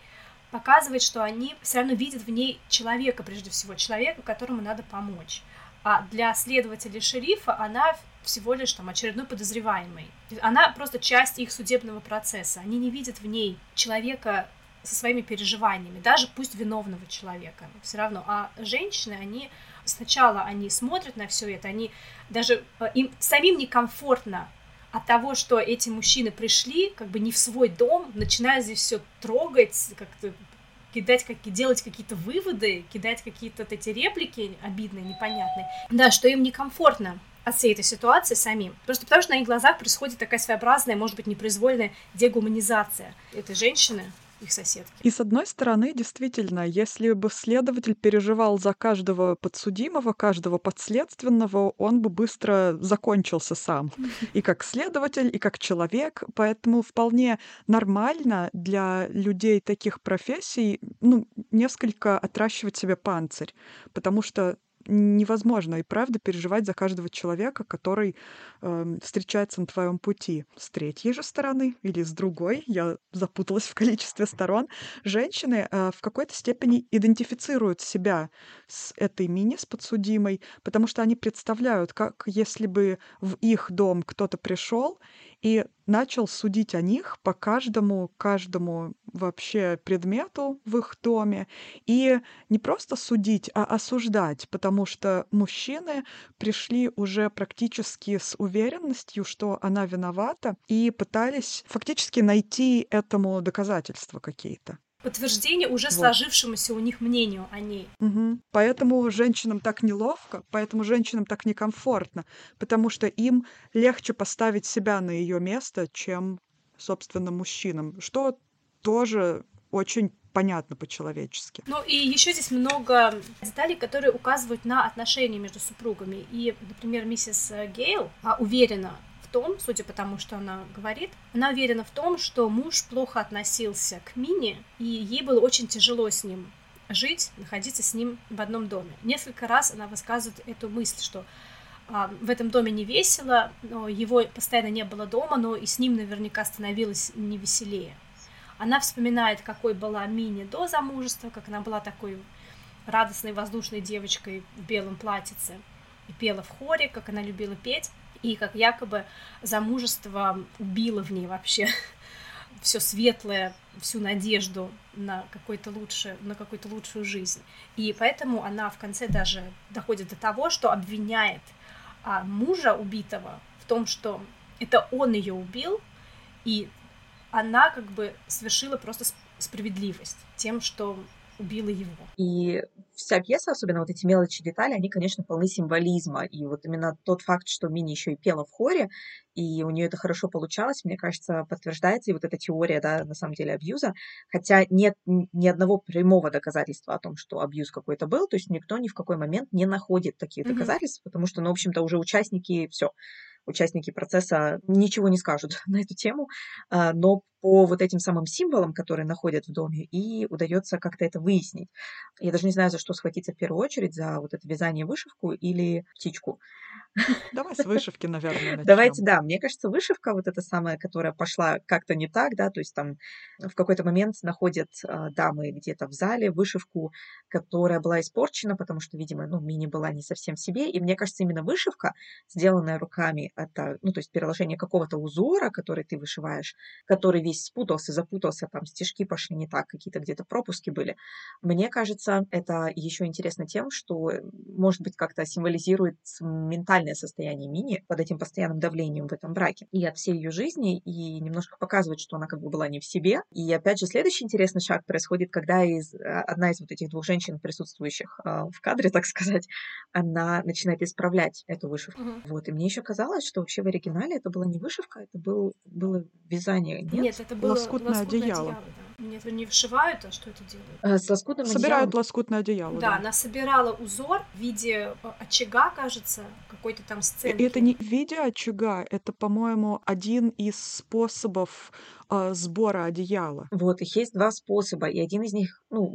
показывает, что они все равно видят в ней человека, прежде всего, человека, которому надо помочь. А для следователя шерифа она всего лишь там очередной подозреваемый. Она просто часть их судебного процесса. Они не видят в ней человека со своими переживаниями, даже пусть виновного человека. Все равно. А женщины, они сначала они смотрят на все это, они даже им самим некомфортно от того, что эти мужчины пришли как бы не в свой дом, начинают здесь все трогать, как-то делать какие-то выводы, кидать какие-то вот эти реплики обидные, непонятные. Да, что им некомфортно от всей этой ситуации самим. Просто потому что на их глазах происходит такая своеобразная, может быть, непроизвольная дегуманизация этой женщины, их соседки. И с одной стороны, действительно, если бы следователь переживал за каждого подсудимого, каждого подследственного, он бы быстро закончился сам. И как следователь, и как человек. Поэтому вполне нормально для людей таких профессий, несколько отращивать себе панцирь. Потому что невозможно и правда переживать за каждого человека, который встречается на твоем пути. С третьей же стороны или с другой, я запуталась в количестве сторон, женщины в какой-то степени идентифицируют себя с этой Мини, с подсудимой, потому что они представляют, как если бы в их дом кто-то пришел и начал судить о них по каждому вообще предмету в их доме. И не просто судить, а осуждать, потому что мужчины пришли уже практически с уверенностью, что она виновата, и пытались фактически найти этому доказательства какие-то. Подтверждение уже сложившемуся у них мнению о ней. Поэтому женщинам так неловко, поэтому женщинам так некомфортно, потому что им легче поставить себя на ее место, чем, собственно, мужчинам, что тоже очень понятно по-человечески. Ну и еще здесь много деталей, которые указывают на отношения между супругами. И, например, миссис Гейл уверена в том, судя по тому, что она говорит, она уверена в том, что муж плохо относился к Минни, и ей было очень тяжело с ним жить, находиться с ним в одном доме. Несколько раз она высказывает эту мысль, что в этом доме не весело, но его постоянно не было дома, но и с ним наверняка становилось не веселее. Она вспоминает, какой была Минни до замужества, как она была такой радостной, воздушной девочкой в белом платьице и пела в хоре, как она любила петь, и как якобы замужество убило в ней вообще все светлое, всю надежду на какую-то лучшую жизнь. И поэтому она в конце даже доходит до того, что обвиняет мужа убитого в том, что это он ее убил, и она как бы совершила просто справедливость тем, что убила его. И вся пьеса, особенно вот эти мелочи, детали, они, конечно, полны символизма. И вот именно тот факт, что Мини еще и пела в хоре, и у нее это хорошо получалось, мне кажется, подтверждается и вот эта теория, да, на самом деле, абьюза. Хотя нет ни одного прямого доказательства о том, что абьюз какой-то был, то есть никто ни в какой момент не находит таких доказательств, потому что, в общем-то, уже участники процесса ничего не скажут на эту тему, но по вот этим самым символам, которые находят в доме, и удается как-то это выяснить. Я даже не знаю, за что схватиться в первую очередь, за вот это вязание, вышивку или птичку. Давай с вышивки, наверное, начнем. Давайте, да, мне кажется, вышивка вот эта самая, которая пошла как-то не так, да, то есть там в какой-то момент находят дамы где-то в зале вышивку, которая была испорчена, потому что, видимо, Мини была не совсем в себе, и мне кажется, именно вышивка, сделанная руками, это, то есть переложение какого-то узора, который ты вышиваешь, который весь спутался, запутался, там стежки пошли не так, какие-то где-то пропуски были. Мне кажется, это еще интересно тем, что, может быть, как-то символизирует ментальное состояние Мини под этим постоянным давлением в этом браке и от всей ее жизни, и немножко показывает, что она как бы была не в себе. И опять же, следующий интересный шаг происходит, когда одна из вот этих двух женщин, присутствующих в кадре, так сказать, она начинает исправлять эту вышивку. Вот. И мне еще казалось, что вообще в оригинале это была не вышивка, это было вязание. Нет, это было лоскутное одеяло. Да. Нет, не вышивают, а что это делают? С лоскутным Собирают одеялом. лоскутное одеяло. Да, она собирала узор в виде очага, кажется, какой-то там сценки. Это не в виде очага, это, по-моему, один из способов сбора одеяла. Вот, их есть два способа, и один из них,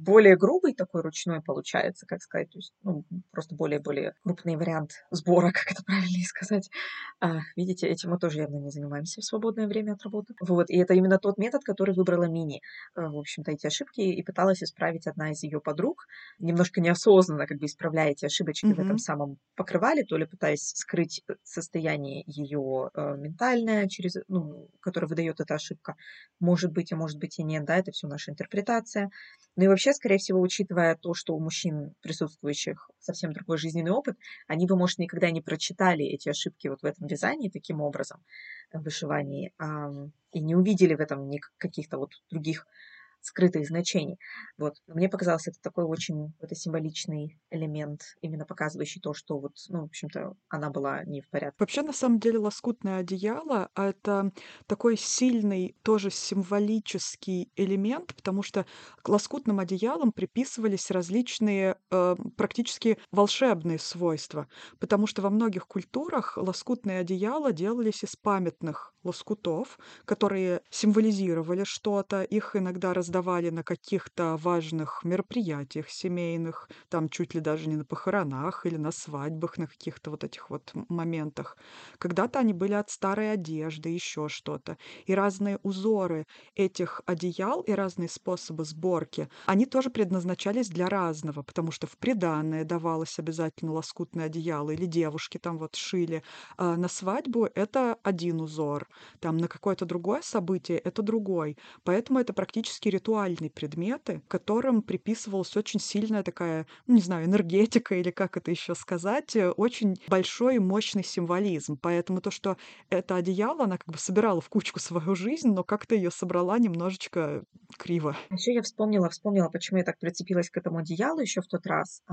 более грубый такой ручной получается, как сказать, то есть, просто более крупный вариант сбора, как это правильно сказать. Видите, этим мы тоже явно не занимаемся в свободное время от работы. Вот, и это именно тот метод, который выбрала Мини. В общем-то, эти ошибки и пыталась исправить одна из ее подруг, немножко неосознанно как бы исправляя эти ошибочки в этом самом покрывале, то ли пытаясь скрыть состояние ее ментальное, которое выдает эта ошибка. Может быть, а может быть и нет, да, это все наша интерпретация. Ну и вообще, скорее всего, учитывая то, что у мужчин, присутствующих, совсем другой жизненный опыт, они бы, может, никогда не прочитали эти ошибки вот в этом вязании таким образом, в вышивании, и не увидели в этом каких-то вот других скрытых значений. Вот. Но мне показалось, это такой очень какой-то символичный элемент, именно показывающий то, что вот, в общем-то, она была не в порядке. Вообще, на самом деле, лоскутное одеяло — это такой сильный, тоже символический элемент, потому что к лоскутным одеялам приписывались различные, практически волшебные свойства. Потому что во многих культурах лоскутные одеяла делались из памятных лоскутов, которые символизировали что-то. Их иногда раздавали на каких-то важных мероприятиях семейных, там чуть ли даже не на похоронах или на свадьбах, на каких-то вот этих вот моментах. Когда-то они были от старой одежды, еще что-то. И разные узоры этих одеял и разные способы сборки, они тоже предназначались для разного, потому что в приданое давалось обязательно лоскутное одеяло, или девушки там вот шили. А на свадьбу это один узор, там на какое-то другое событие это другой. Поэтому это практически ритуальные предметы, которым приписывалась очень сильная такая, не знаю, энергетика или как это еще сказать, очень большой и мощный символизм. Поэтому то, что это одеяло, она как бы собирала в кучку свою жизнь, но как-то ее собрала немножечко криво. Еще я вспомнила, почему я так прицепилась к этому одеялу еще в тот раз,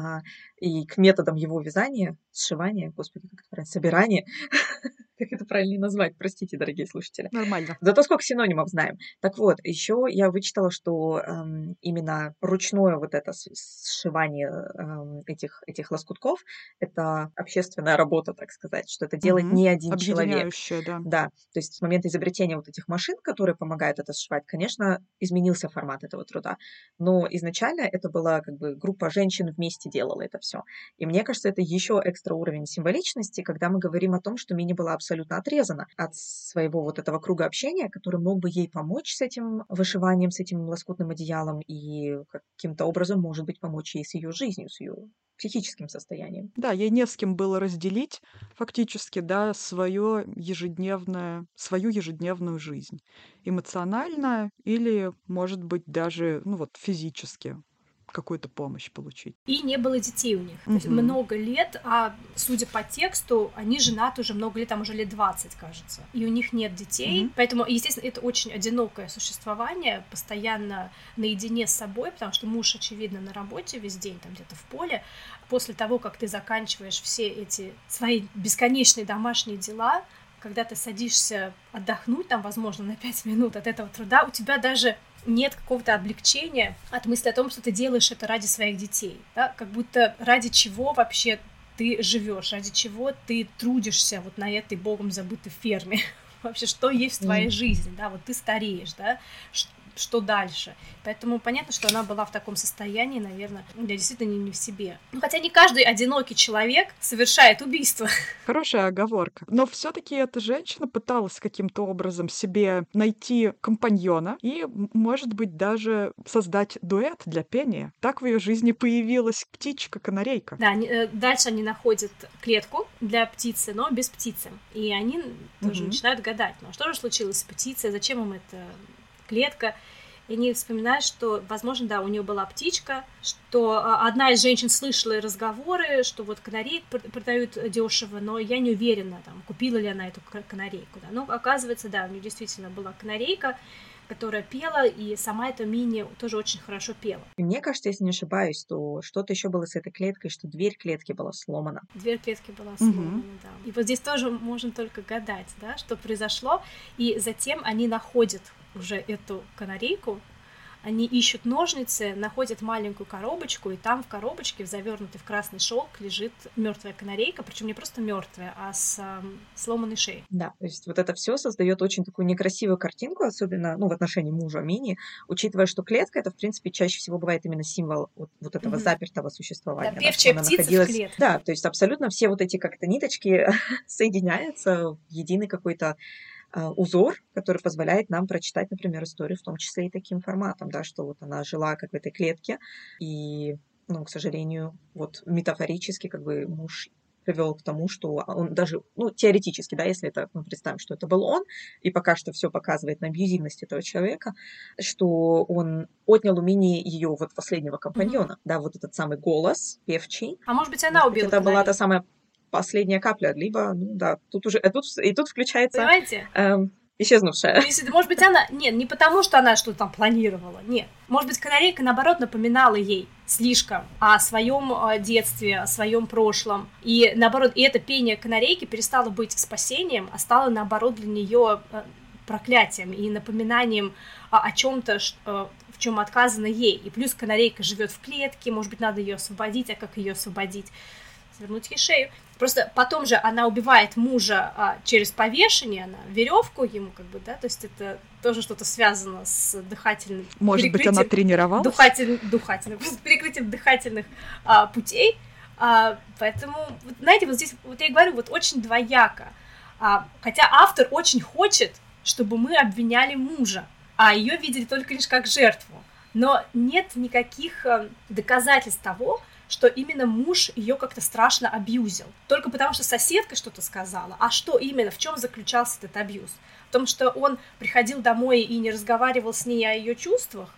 и к методам его вязания, сшивания, господи, как это правильно, собирания, как это правильно назвать, простите, дорогие слушатели. Нормально. Зато сколько синонимов знаем. Так вот, еще я вычитала, что именно ручное вот это сшивание этих лоскутков — это общественная работа, так сказать, что это делает не один человек. Объединяющая, да. Да, то есть с момента изобретения вот этих машин, которые помогают это сшивать, конечно, изменился формат этого труда, но изначально это была как бы группа женщин вместе делала это все. И мне кажется, это еще экстра уровень символичности, когда мы говорим о том, что Мини была абсолютно отрезана от своего вот этого круга общения, который мог бы ей помочь с этим вышиванием, с этим лоскутным одеялом и каким-то образом, может быть, помочь ей с ее жизнью, с ее психическим состоянием. Да, ей не с кем было разделить фактически, да, свою ежедневную жизнь. Эмоционально или, может быть, даже, вот физически какую-то помощь получить. И не было детей у них. То есть много лет, а судя по тексту, они женаты уже много лет, там уже лет 20, кажется. И у них нет детей. Поэтому, естественно, это очень одинокое существование, постоянно наедине с собой, потому что муж, очевидно, на работе весь день, там где-то в поле. После того, как ты заканчиваешь все эти свои бесконечные домашние дела, когда ты садишься отдохнуть, там, возможно, на 5 минут от этого труда, у тебя даже нет какого-то облегчения от мысли о том, что ты делаешь это ради своих детей, да? Как будто ради чего вообще ты живешь, ради чего ты трудишься вот на этой богом забытой ферме. Вообще, что есть в твоей жизни, да, вот ты стареешь, да, что дальше. Поэтому понятно, что она была в таком состоянии, наверное, действительно не в себе. Хотя не каждый одинокий человек совершает убийство. Хорошая оговорка. Но все-таки эта женщина пыталась каким-то образом себе найти компаньона и, может быть, даже создать дуэт для пения. Так в ее жизни появилась птичка-канарейка. Да, дальше они находят клетку для птицы, но без птицы. И они тоже начинают гадать, ну что же случилось с птицей, зачем им эта клетка. И они вспоминают, что, возможно, да, у нее была птичка, что одна из женщин слышала разговоры, что вот канареек продают дешево, но я не уверена, там, купила ли она эту канарейку. Да. Но оказывается, да, у нее действительно была канарейка, которая пела, и сама эта Мини тоже очень хорошо пела. И мне кажется, если не ошибаюсь, то что-то еще было с этой клеткой, что дверь клетки была сломана. Дверь клетки была сломана, да. И вот здесь тоже можно только гадать, да, что произошло, и затем они находят уже эту канарейку, они ищут ножницы, находят маленькую коробочку, и там в коробочке, завернутой в красный шелк, лежит мертвая канарейка, причем не просто мертвая, а с сломанной шеей. Да, то есть вот это все создает очень такую некрасивую картинку, особенно, в отношении мужа Мини, учитывая, что клетка — это, в принципе, чаще всего бывает именно символ вот этого запертого существования. Да, певчая птица в клетке. Да, то есть абсолютно все вот эти как-то ниточки соединяются в единый какой-то узор, который позволяет нам прочитать, например, историю, в том числе и таким форматом, да, что вот она жила как в этой клетке, и, к сожалению, вот метафорически как бы муж привел к тому, что он даже, теоретически, да, если это, мы представим, что это был он, и пока что все показывает на абьюзивность этого человека, что он отнял у Мини ее вот последнего компаньона, да, вот этот самый голос певчий. А может быть, она убила это была та самая последняя капля, либо, тут уже, тут включается исчезнувшая. Может быть, она... Нет, не потому, что она что-то там планировала, нет. Может быть, канарейка, наоборот, напоминала ей слишком о своем детстве, о своем прошлом. И, наоборот, и это пение канарейки перестало быть спасением, а стало, наоборот, для нее проклятием и напоминанием о чем-то, в чем отказано ей. И плюс канарейка живет в клетке, может быть, надо ее освободить, а как ее освободить? Свернуть ей шею. Просто потом же она убивает мужа через повешение, она веревку ему то есть это тоже что-то связано с дыхательным... Может быть, она тренировалась? Перекрытием дыхательных путей. Поэтому, знаете, вот здесь, вот я говорю, вот очень двояко. Хотя автор очень хочет, чтобы мы обвиняли мужа, а ее видели только лишь как жертву. Но нет никаких доказательств того, что именно муж ее как-то страшно абьюзил. Только потому, что соседка что-то сказала. А что именно? В чем заключался этот абьюз? В том, что он приходил домой и не разговаривал с ней о ее чувствах?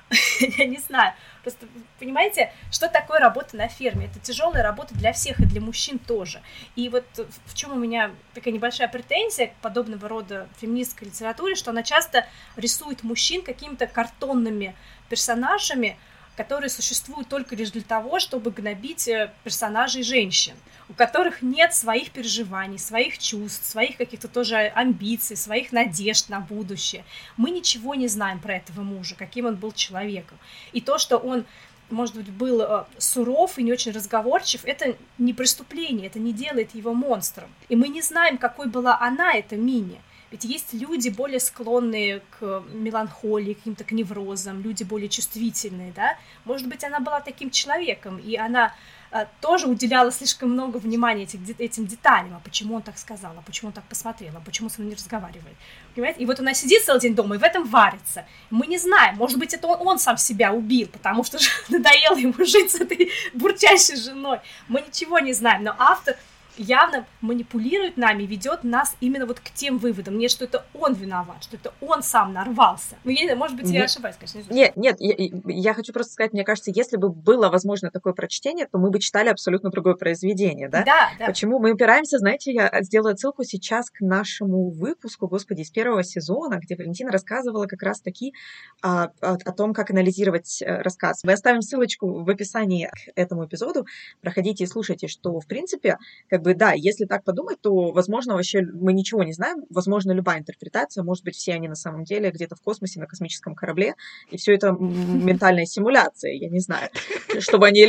Я не знаю. Просто, понимаете, что такое работа на ферме? Это тяжелая работа для всех, и для мужчин тоже. И вот в чем у меня такая небольшая претензия к подобного рода феминистской литературе, что она часто рисует мужчин какими-то картонными персонажами, которые существуют только лишь для того, чтобы гнобить персонажей женщин, у которых нет своих переживаний, своих чувств, своих каких-то тоже амбиций, своих надежд на будущее. Мы ничего не знаем про этого мужа, каким он был человеком. И то, что он, может быть, был суров и не очень разговорчив, это не преступление, это не делает его монстром. И мы не знаем, какой была она, эта Мини. Ведь есть люди более склонные к меланхолии, к каким-то к неврозам, люди более чувствительные, да? Может быть, она была таким человеком, и она тоже уделяла слишком много внимания этим деталям. А почему он так сказал, а почему он так посмотрел, а почему с ним не разговаривали? Понимаете? И вот она сидит целый день дома и в этом варится. Мы не знаем, может быть, это он сам себя убил, потому что надоело ему жить с этой бурчащей женой. Мы ничего не знаем, но автор явно манипулирует нами, ведет нас именно вот к тем выводам. Нет, что это он виноват, что это он сам нарвался. Ну, может быть, я ошибаюсь, конечно. Нет, я хочу просто сказать, мне кажется, если бы было возможно такое прочтение, то мы бы читали абсолютно другое произведение, да? Да. Почему? Мы упираемся, знаете, я сделаю отсылку сейчас к нашему выпуску, господи, из первого сезона, где Валентина рассказывала как раз-таки о том, как анализировать рассказ. Мы оставим ссылочку в описании к этому эпизоду, проходите и слушайте, что, в принципе, да, если так подумать, то, возможно, вообще мы ничего не знаем, возможно, любая интерпретация, может быть, все они на самом деле где-то в космосе на космическом корабле, и все это ментальная симуляция, я не знаю, чтобы они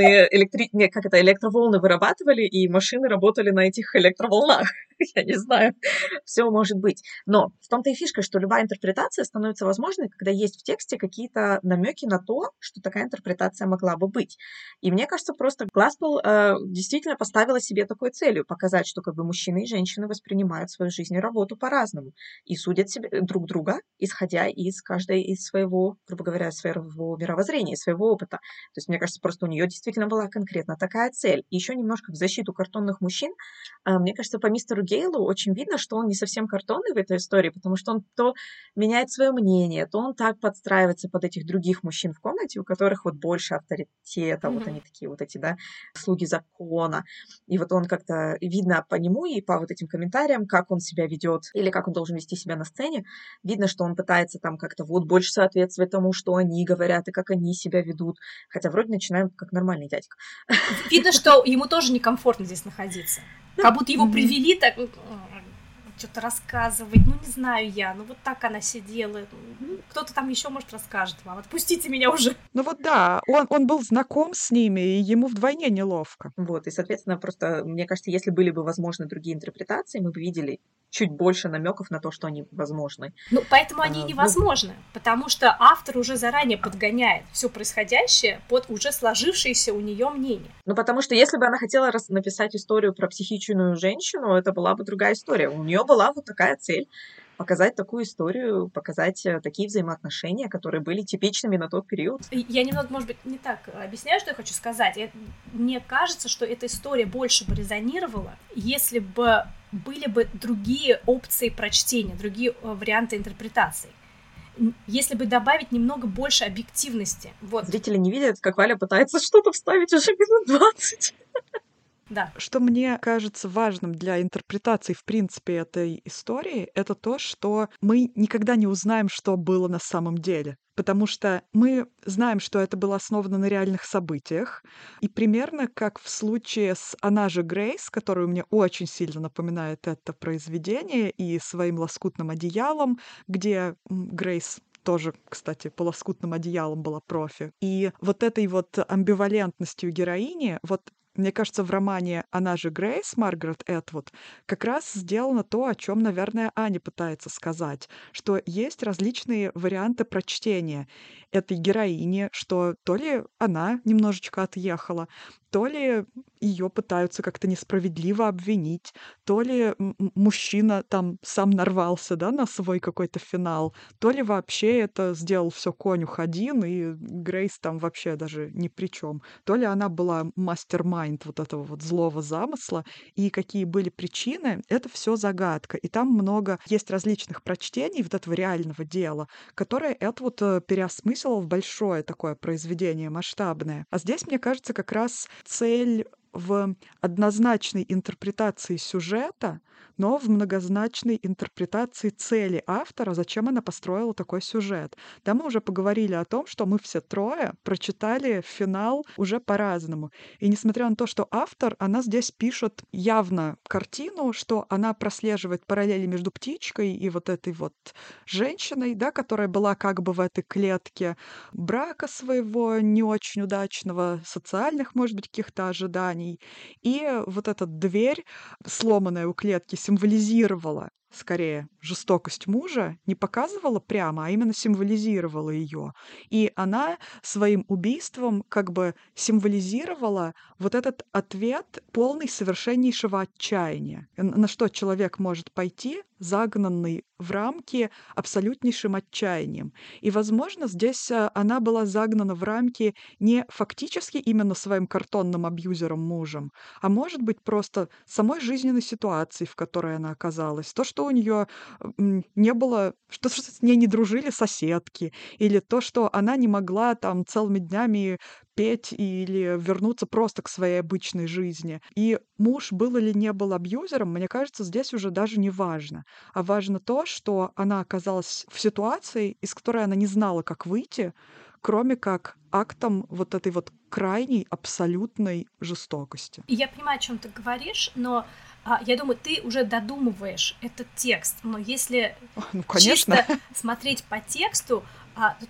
электроволны вырабатывали, и машины работали на этих электроволнах, я не знаю, все может быть. Но в том-то и фишка, что любая интерпретация становится возможной, когда есть в тексте какие-то намеки на то, что такая интерпретация могла бы быть. И мне кажется, просто Glaspell действительно поставила себе такой целью показать, что мужчины и женщины воспринимают свою жизнь и работу по-разному и судят себе друг друга, исходя из каждой из своего, грубо говоря, своего мировоззрения, своего опыта. То есть, мне кажется, просто у нее действительно была конкретно такая цель. И еще немножко в защиту картонных мужчин. Мне кажется, по мистеру Гейлу очень видно, что он не совсем картонный в этой истории, потому что он то меняет свое мнение, то он так подстраивается под этих других мужчин в комнате, у которых вот больше авторитета, вот они такие вот эти, да, слуги закона. И вот он как-то видно по нему и по вот этим комментариям, как он себя ведет или как он должен вести себя на сцене. Видно, что он пытается там как-то вот больше соответствовать тому, что они говорят и как они себя ведут. Хотя вроде начинаем как нормальный дядька. Видно, что ему тоже некомфортно здесь находиться. Как будто его привели так... что-то рассказывать, ну не знаю я, ну вот так она сидела, кто-то там еще может расскажет вам, отпустите меня уже. Ну вот да, он был знаком с ними, и ему вдвойне неловко. Вот, и, соответственно, просто, мне кажется, если были бы возможны другие интерпретации, мы бы видели чуть больше намеков на то, что они возможны. Ну, поэтому они невозможны, потому что автор уже заранее подгоняет все происходящее под уже сложившееся у нее мнение. Ну, потому что если бы она хотела написать историю про психичную женщину, это была бы другая история. У нее была вот такая цель — показать такую историю, показать такие взаимоотношения, которые были типичными на тот период. Я немного, может быть, не так объясняю, что я хочу сказать. Мне кажется, что эта история больше бы резонировала, если бы были бы другие опции прочтения, другие варианты интерпретаций. Если бы добавить немного больше объективности. Вот. Зрители не видят, как Валя пытается что-то вставить уже минут 20. Да. Что мне кажется важным для интерпретации, в принципе, этой истории, это то, что мы никогда не узнаем, что было на самом деле. Потому что мы знаем, что это было основано на реальных событиях. И примерно как в случае с «Она же Грейс», которую мне очень сильно напоминает это произведение, и «Своим лоскутным одеялом», где Грейс тоже, кстати, по лоскутным одеялам была профи. И вот этой вот амбивалентностью героини, вот мне кажется, в романе «Она же Грейс» Маргарет Этвуд как раз сделано то, о чем, наверное, Аня пытается сказать, что есть различные варианты прочтения этой героини, что то ли она немножечко отъехала, то ли ее пытаются как-то несправедливо обвинить, то ли мужчина там сам нарвался, да, на свой какой-то финал, то ли вообще это сделал все конюх один, и Грейс там вообще даже ни при чем, то ли она была мастер-майнд вот этого вот злого замысла, и какие были причины, это все загадка. И там много есть различных прочтений вот этого реального дела, которое это вот переосмыслило в большое такое произведение масштабное. А здесь, мне кажется, как раз цель в однозначной интерпретации сюжета, но в многозначной интерпретации цели автора, зачем она построила такой сюжет. Да, мы уже поговорили о том, что мы все трое прочитали финал уже по-разному. И несмотря на то, что автор, она здесь пишет явно картину, что она прослеживает параллели между птичкой и вот этой вот женщиной, да, которая была как бы в этой клетке брака своего не очень удачного, социальных, может быть, каких-то ожиданий. И вот эта дверь, сломанная у клетки, символизировала скорее жестокость мужа, не показывала прямо, а именно символизировала ее. И она своим убийством как бы символизировала вот этот ответ, полный совершеннейшего отчаяния. На что человек может пойти, загнанный в рамки абсолютнейшим отчаянием. И, возможно, здесь она была загнана в рамки не фактически именно своим картонным абьюзером мужем, а может быть просто самой жизненной ситуацией, в которой она оказалась. То, что у нее не было, что с ней не дружили соседки, или то, что она не могла там целыми днями петь или вернуться просто к своей обычной жизни. И муж был или не был абьюзером, мне кажется, здесь уже даже не важно. А важно то, что она оказалась в ситуации, из которой она не знала, как выйти, кроме как актом вот этой вот крайней, абсолютной жестокости. Я понимаю, о чем ты говоришь, но я думаю, ты уже додумываешь этот текст. Но если чисто смотреть по тексту, тут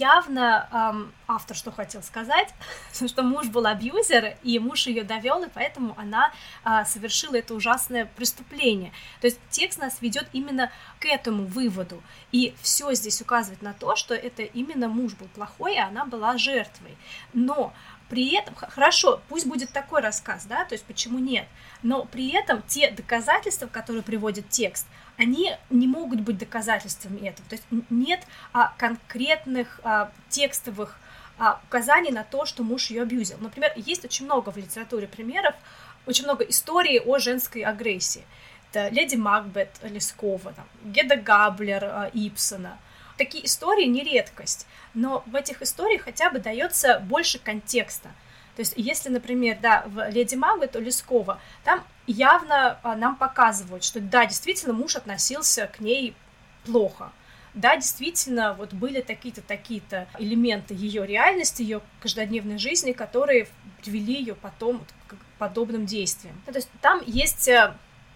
явно автор что хотел сказать, что муж был абьюзер, и муж ее довел, и поэтому она совершила это ужасное преступление. То есть текст нас ведет именно к этому выводу. И все здесь указывает на то, что это именно муж был плохой, а она была жертвой. Но при этом, хорошо, пусть будет такой рассказ, да, то есть почему нет, но при этом те доказательства, которые приводит текст, они не могут быть доказательствами этого, то есть нет конкретных текстовых указаний на то, что муж ее абьюзил. Например, есть очень много в литературе примеров, очень много историй о женской агрессии. Это «Леди Макбет» Лескова, Геда Габлер Ибсена. Такие истории не редкость, но в этих историях хотя бы дается больше контекста. То есть, если, например, да, в «Леди Макбет» у Лескова, там явно нам показывают, что да, действительно муж относился к ней плохо. Да, действительно, вот были такие-то элементы ее реальности, ее каждодневной жизни, которые привели ее потом к подобным действиям. То есть там есть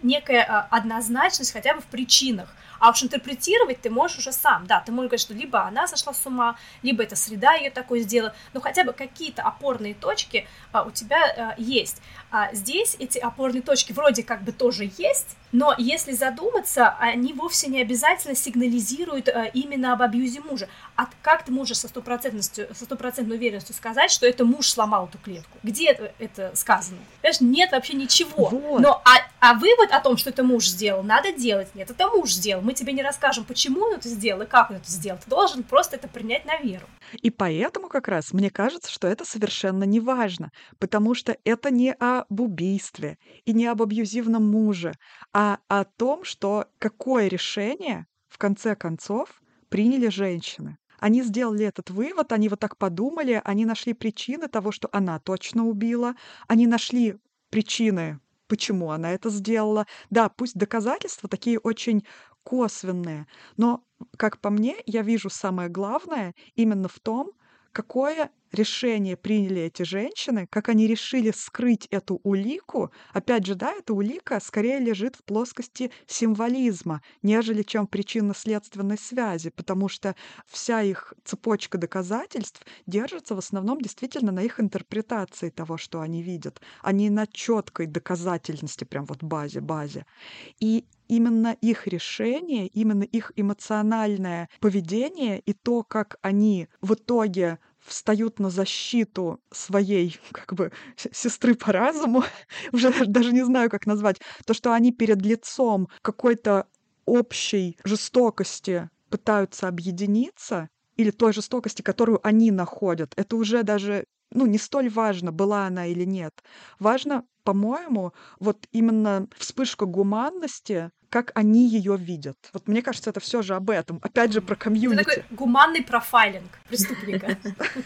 некая однозначность хотя бы в причинах. А уж интерпретировать ты можешь уже сам. Да, ты можешь говорить, что либо она сошла с ума, либо это среда ее такой сделала, но хотя бы какие-то опорные точки у тебя есть. Здесь эти опорные точки вроде как бы тоже есть, но если задуматься, они вовсе не обязательно сигнализируют именно об абьюзе мужа. А как ты можешь со стопроцентной уверенностью сказать, что это муж сломал эту клетку? Где это сказано? Понимаешь, нет вообще ничего. Вот. Но вывод о том, что это муж сделал, надо делать. Нет, это муж сделал. Мы тебе не расскажем, почему он это сделал и как он это сделал. Ты должен просто это принять на веру. И поэтому как раз мне кажется, что это совершенно не важно, потому что это не об убийстве и не об абьюзивном муже, а о том, что какое решение, в конце концов, приняли женщины. Они сделали этот вывод, они вот так подумали, они нашли причины того, что она точно убила, они нашли причины, почему она это сделала. Да, пусть доказательства такие очень косвенные, но, как по мне, я вижу самое главное именно в том, какое решение приняли эти женщины, как они решили скрыть эту улику. Опять же, да, эта улика скорее лежит в плоскости символизма, нежели чем причинно-следственной связи, потому что вся их цепочка доказательств держится в основном действительно на их интерпретации того, что они видят, а не на четкой доказательности, прям вот базе. И именно их решение, именно их эмоциональное поведение и то, как они в итоге встают на защиту своей как бы сестры по разуму, уже даже не знаю, как назвать, то, что они перед лицом какой-то общей жестокости пытаются объединиться, или той жестокости, которую они находят, это уже даже не столь важно, была она или нет. Важно, по-моему, вот именно вспышка гуманности, как они ее видят. Вот мне кажется, это все же об этом. Опять же, про Это комьюнити. такой гуманный профайлинг преступника.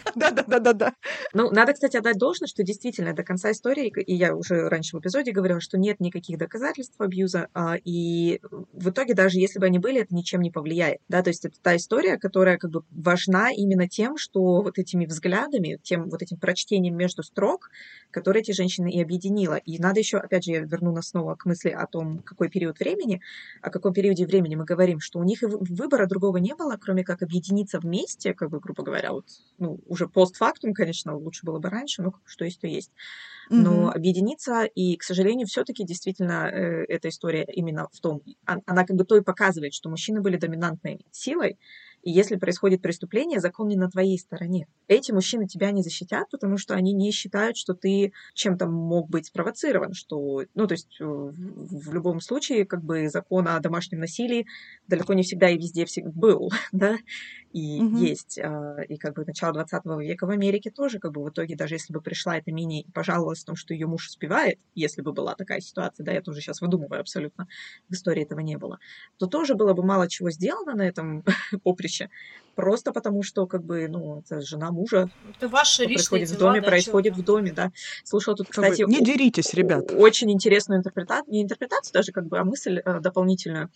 Да. Ну, надо, кстати, отдать должное, что действительно до конца истории, и я уже раньше в эпизоде говорила, что нет никаких доказательств абьюза, и в итоге даже если бы они были, это ничем не повлияет, да, то есть это та история, которая как бы важна именно тем, что вот этими взглядами, тем вот этим прочтением между строк, которые эти женщины и объединила. И надо еще, опять же, я верну нас снова к мысли о том, какой период времени, о каком периоде времени мы говорим, что у них и выбора другого не было, кроме как объединиться вместе, как бы, грубо говоря, вот, уже постфактум, конечно, лучше было бы раньше, но что есть, то есть. Но объединиться, и, к сожалению, все-таки действительно эта история именно в том, она как бы то и показывает, что мужчины были доминантной силой, и если происходит преступление, закон не на твоей стороне. Эти мужчины тебя не защитят, потому что они не считают, что ты чем-то мог быть спровоцирован, что, то есть в любом случае, как бы закон о домашнем насилии далеко не всегда и везде был, да, и есть. И как бы начало 20 века в Америке тоже, как бы в итоге, даже если бы пришла эта Мини и пожаловалась о том, что ее муж избивает, если бы была такая ситуация, да, я тоже сейчас выдумываю абсолютно, в истории этого не было, то тоже было бы мало чего сделано на этом поприще, просто потому что, как бы, это жена мужа, это ваши что происходит в доме, происходит в доме, да. Слушала тут, кстати, не деритесь, ребят. Очень интересную интерпретацию, не интерпретацию даже, как бы, а мысль дополнительную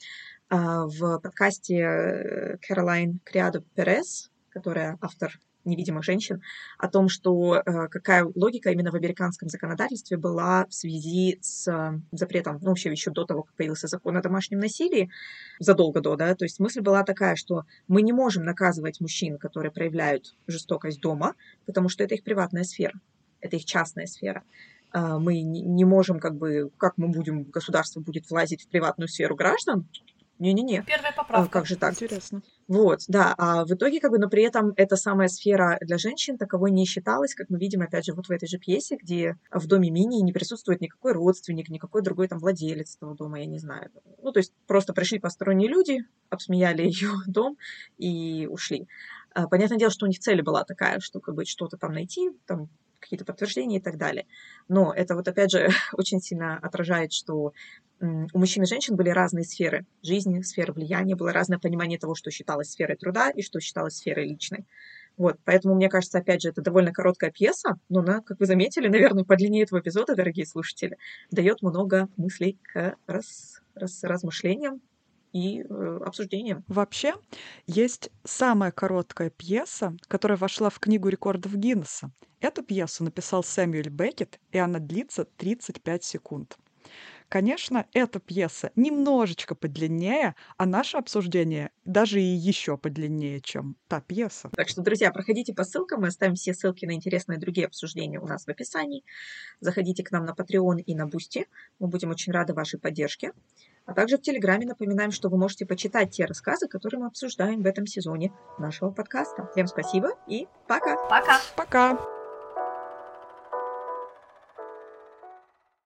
в подкасте Кэролайн Криадо Перес, которая автор «Невидимых женщин», о том, что какая логика именно в американском законодательстве была в связи с запретом, вообще еще до того, как появился закон о домашнем насилии, задолго до, да, то есть мысль была такая, что мы не можем наказывать мужчин, которые проявляют жестокость дома, потому что это их приватная сфера, это их частная сфера. Мы не можем, как мы будем, государство будет влазить в приватную сферу граждан? Не-не-не. Первая поправка. Как же так? Интересно. Вот, да. А в итоге, но при этом эта самая сфера для женщин таковой не считалась, как мы видим, опять же, вот в этой же пьесе, где в доме Мини не присутствует никакой родственник, никакой другой там владелец этого дома, я не знаю. То есть просто пришли посторонние люди, обсмеяли ее дом и ушли. Понятное дело, что у них цель была такая, что что-то там найти, там какие-то подтверждения и так далее. Но это вот опять же очень сильно отражает, что у мужчин и женщин были разные сферы жизни, сферы влияния, было разное понимание того, что считалось сферой труда и что считалось сферой личной. Вот, поэтому, мне кажется, опять же, это довольно короткая пьеса, но она, как вы заметили, наверное, по длине этого эпизода, дорогие слушатели, дает много мыслей к размышлениям и обсуждениям. Вообще, есть самая короткая пьеса, которая вошла в Книгу рекордов Гиннесса. Эту пьесу написал Сэмюэль Беккет, и она длится 35 секунд. конечно, эта пьеса немножечко подлиннее, а наше обсуждение даже и еще подлиннее, чем та пьеса. Так что, друзья, проходите по ссылкам, мы оставим все ссылки на интересные другие обсуждения у нас в описании. Заходите к нам на Patreon и на Boosty, мы будем очень рады вашей поддержке. А также в Телеграме напоминаем, что вы можете почитать те рассказы, которые мы обсуждаем в этом сезоне нашего подкаста. Всем спасибо и пока! Пока! Пока!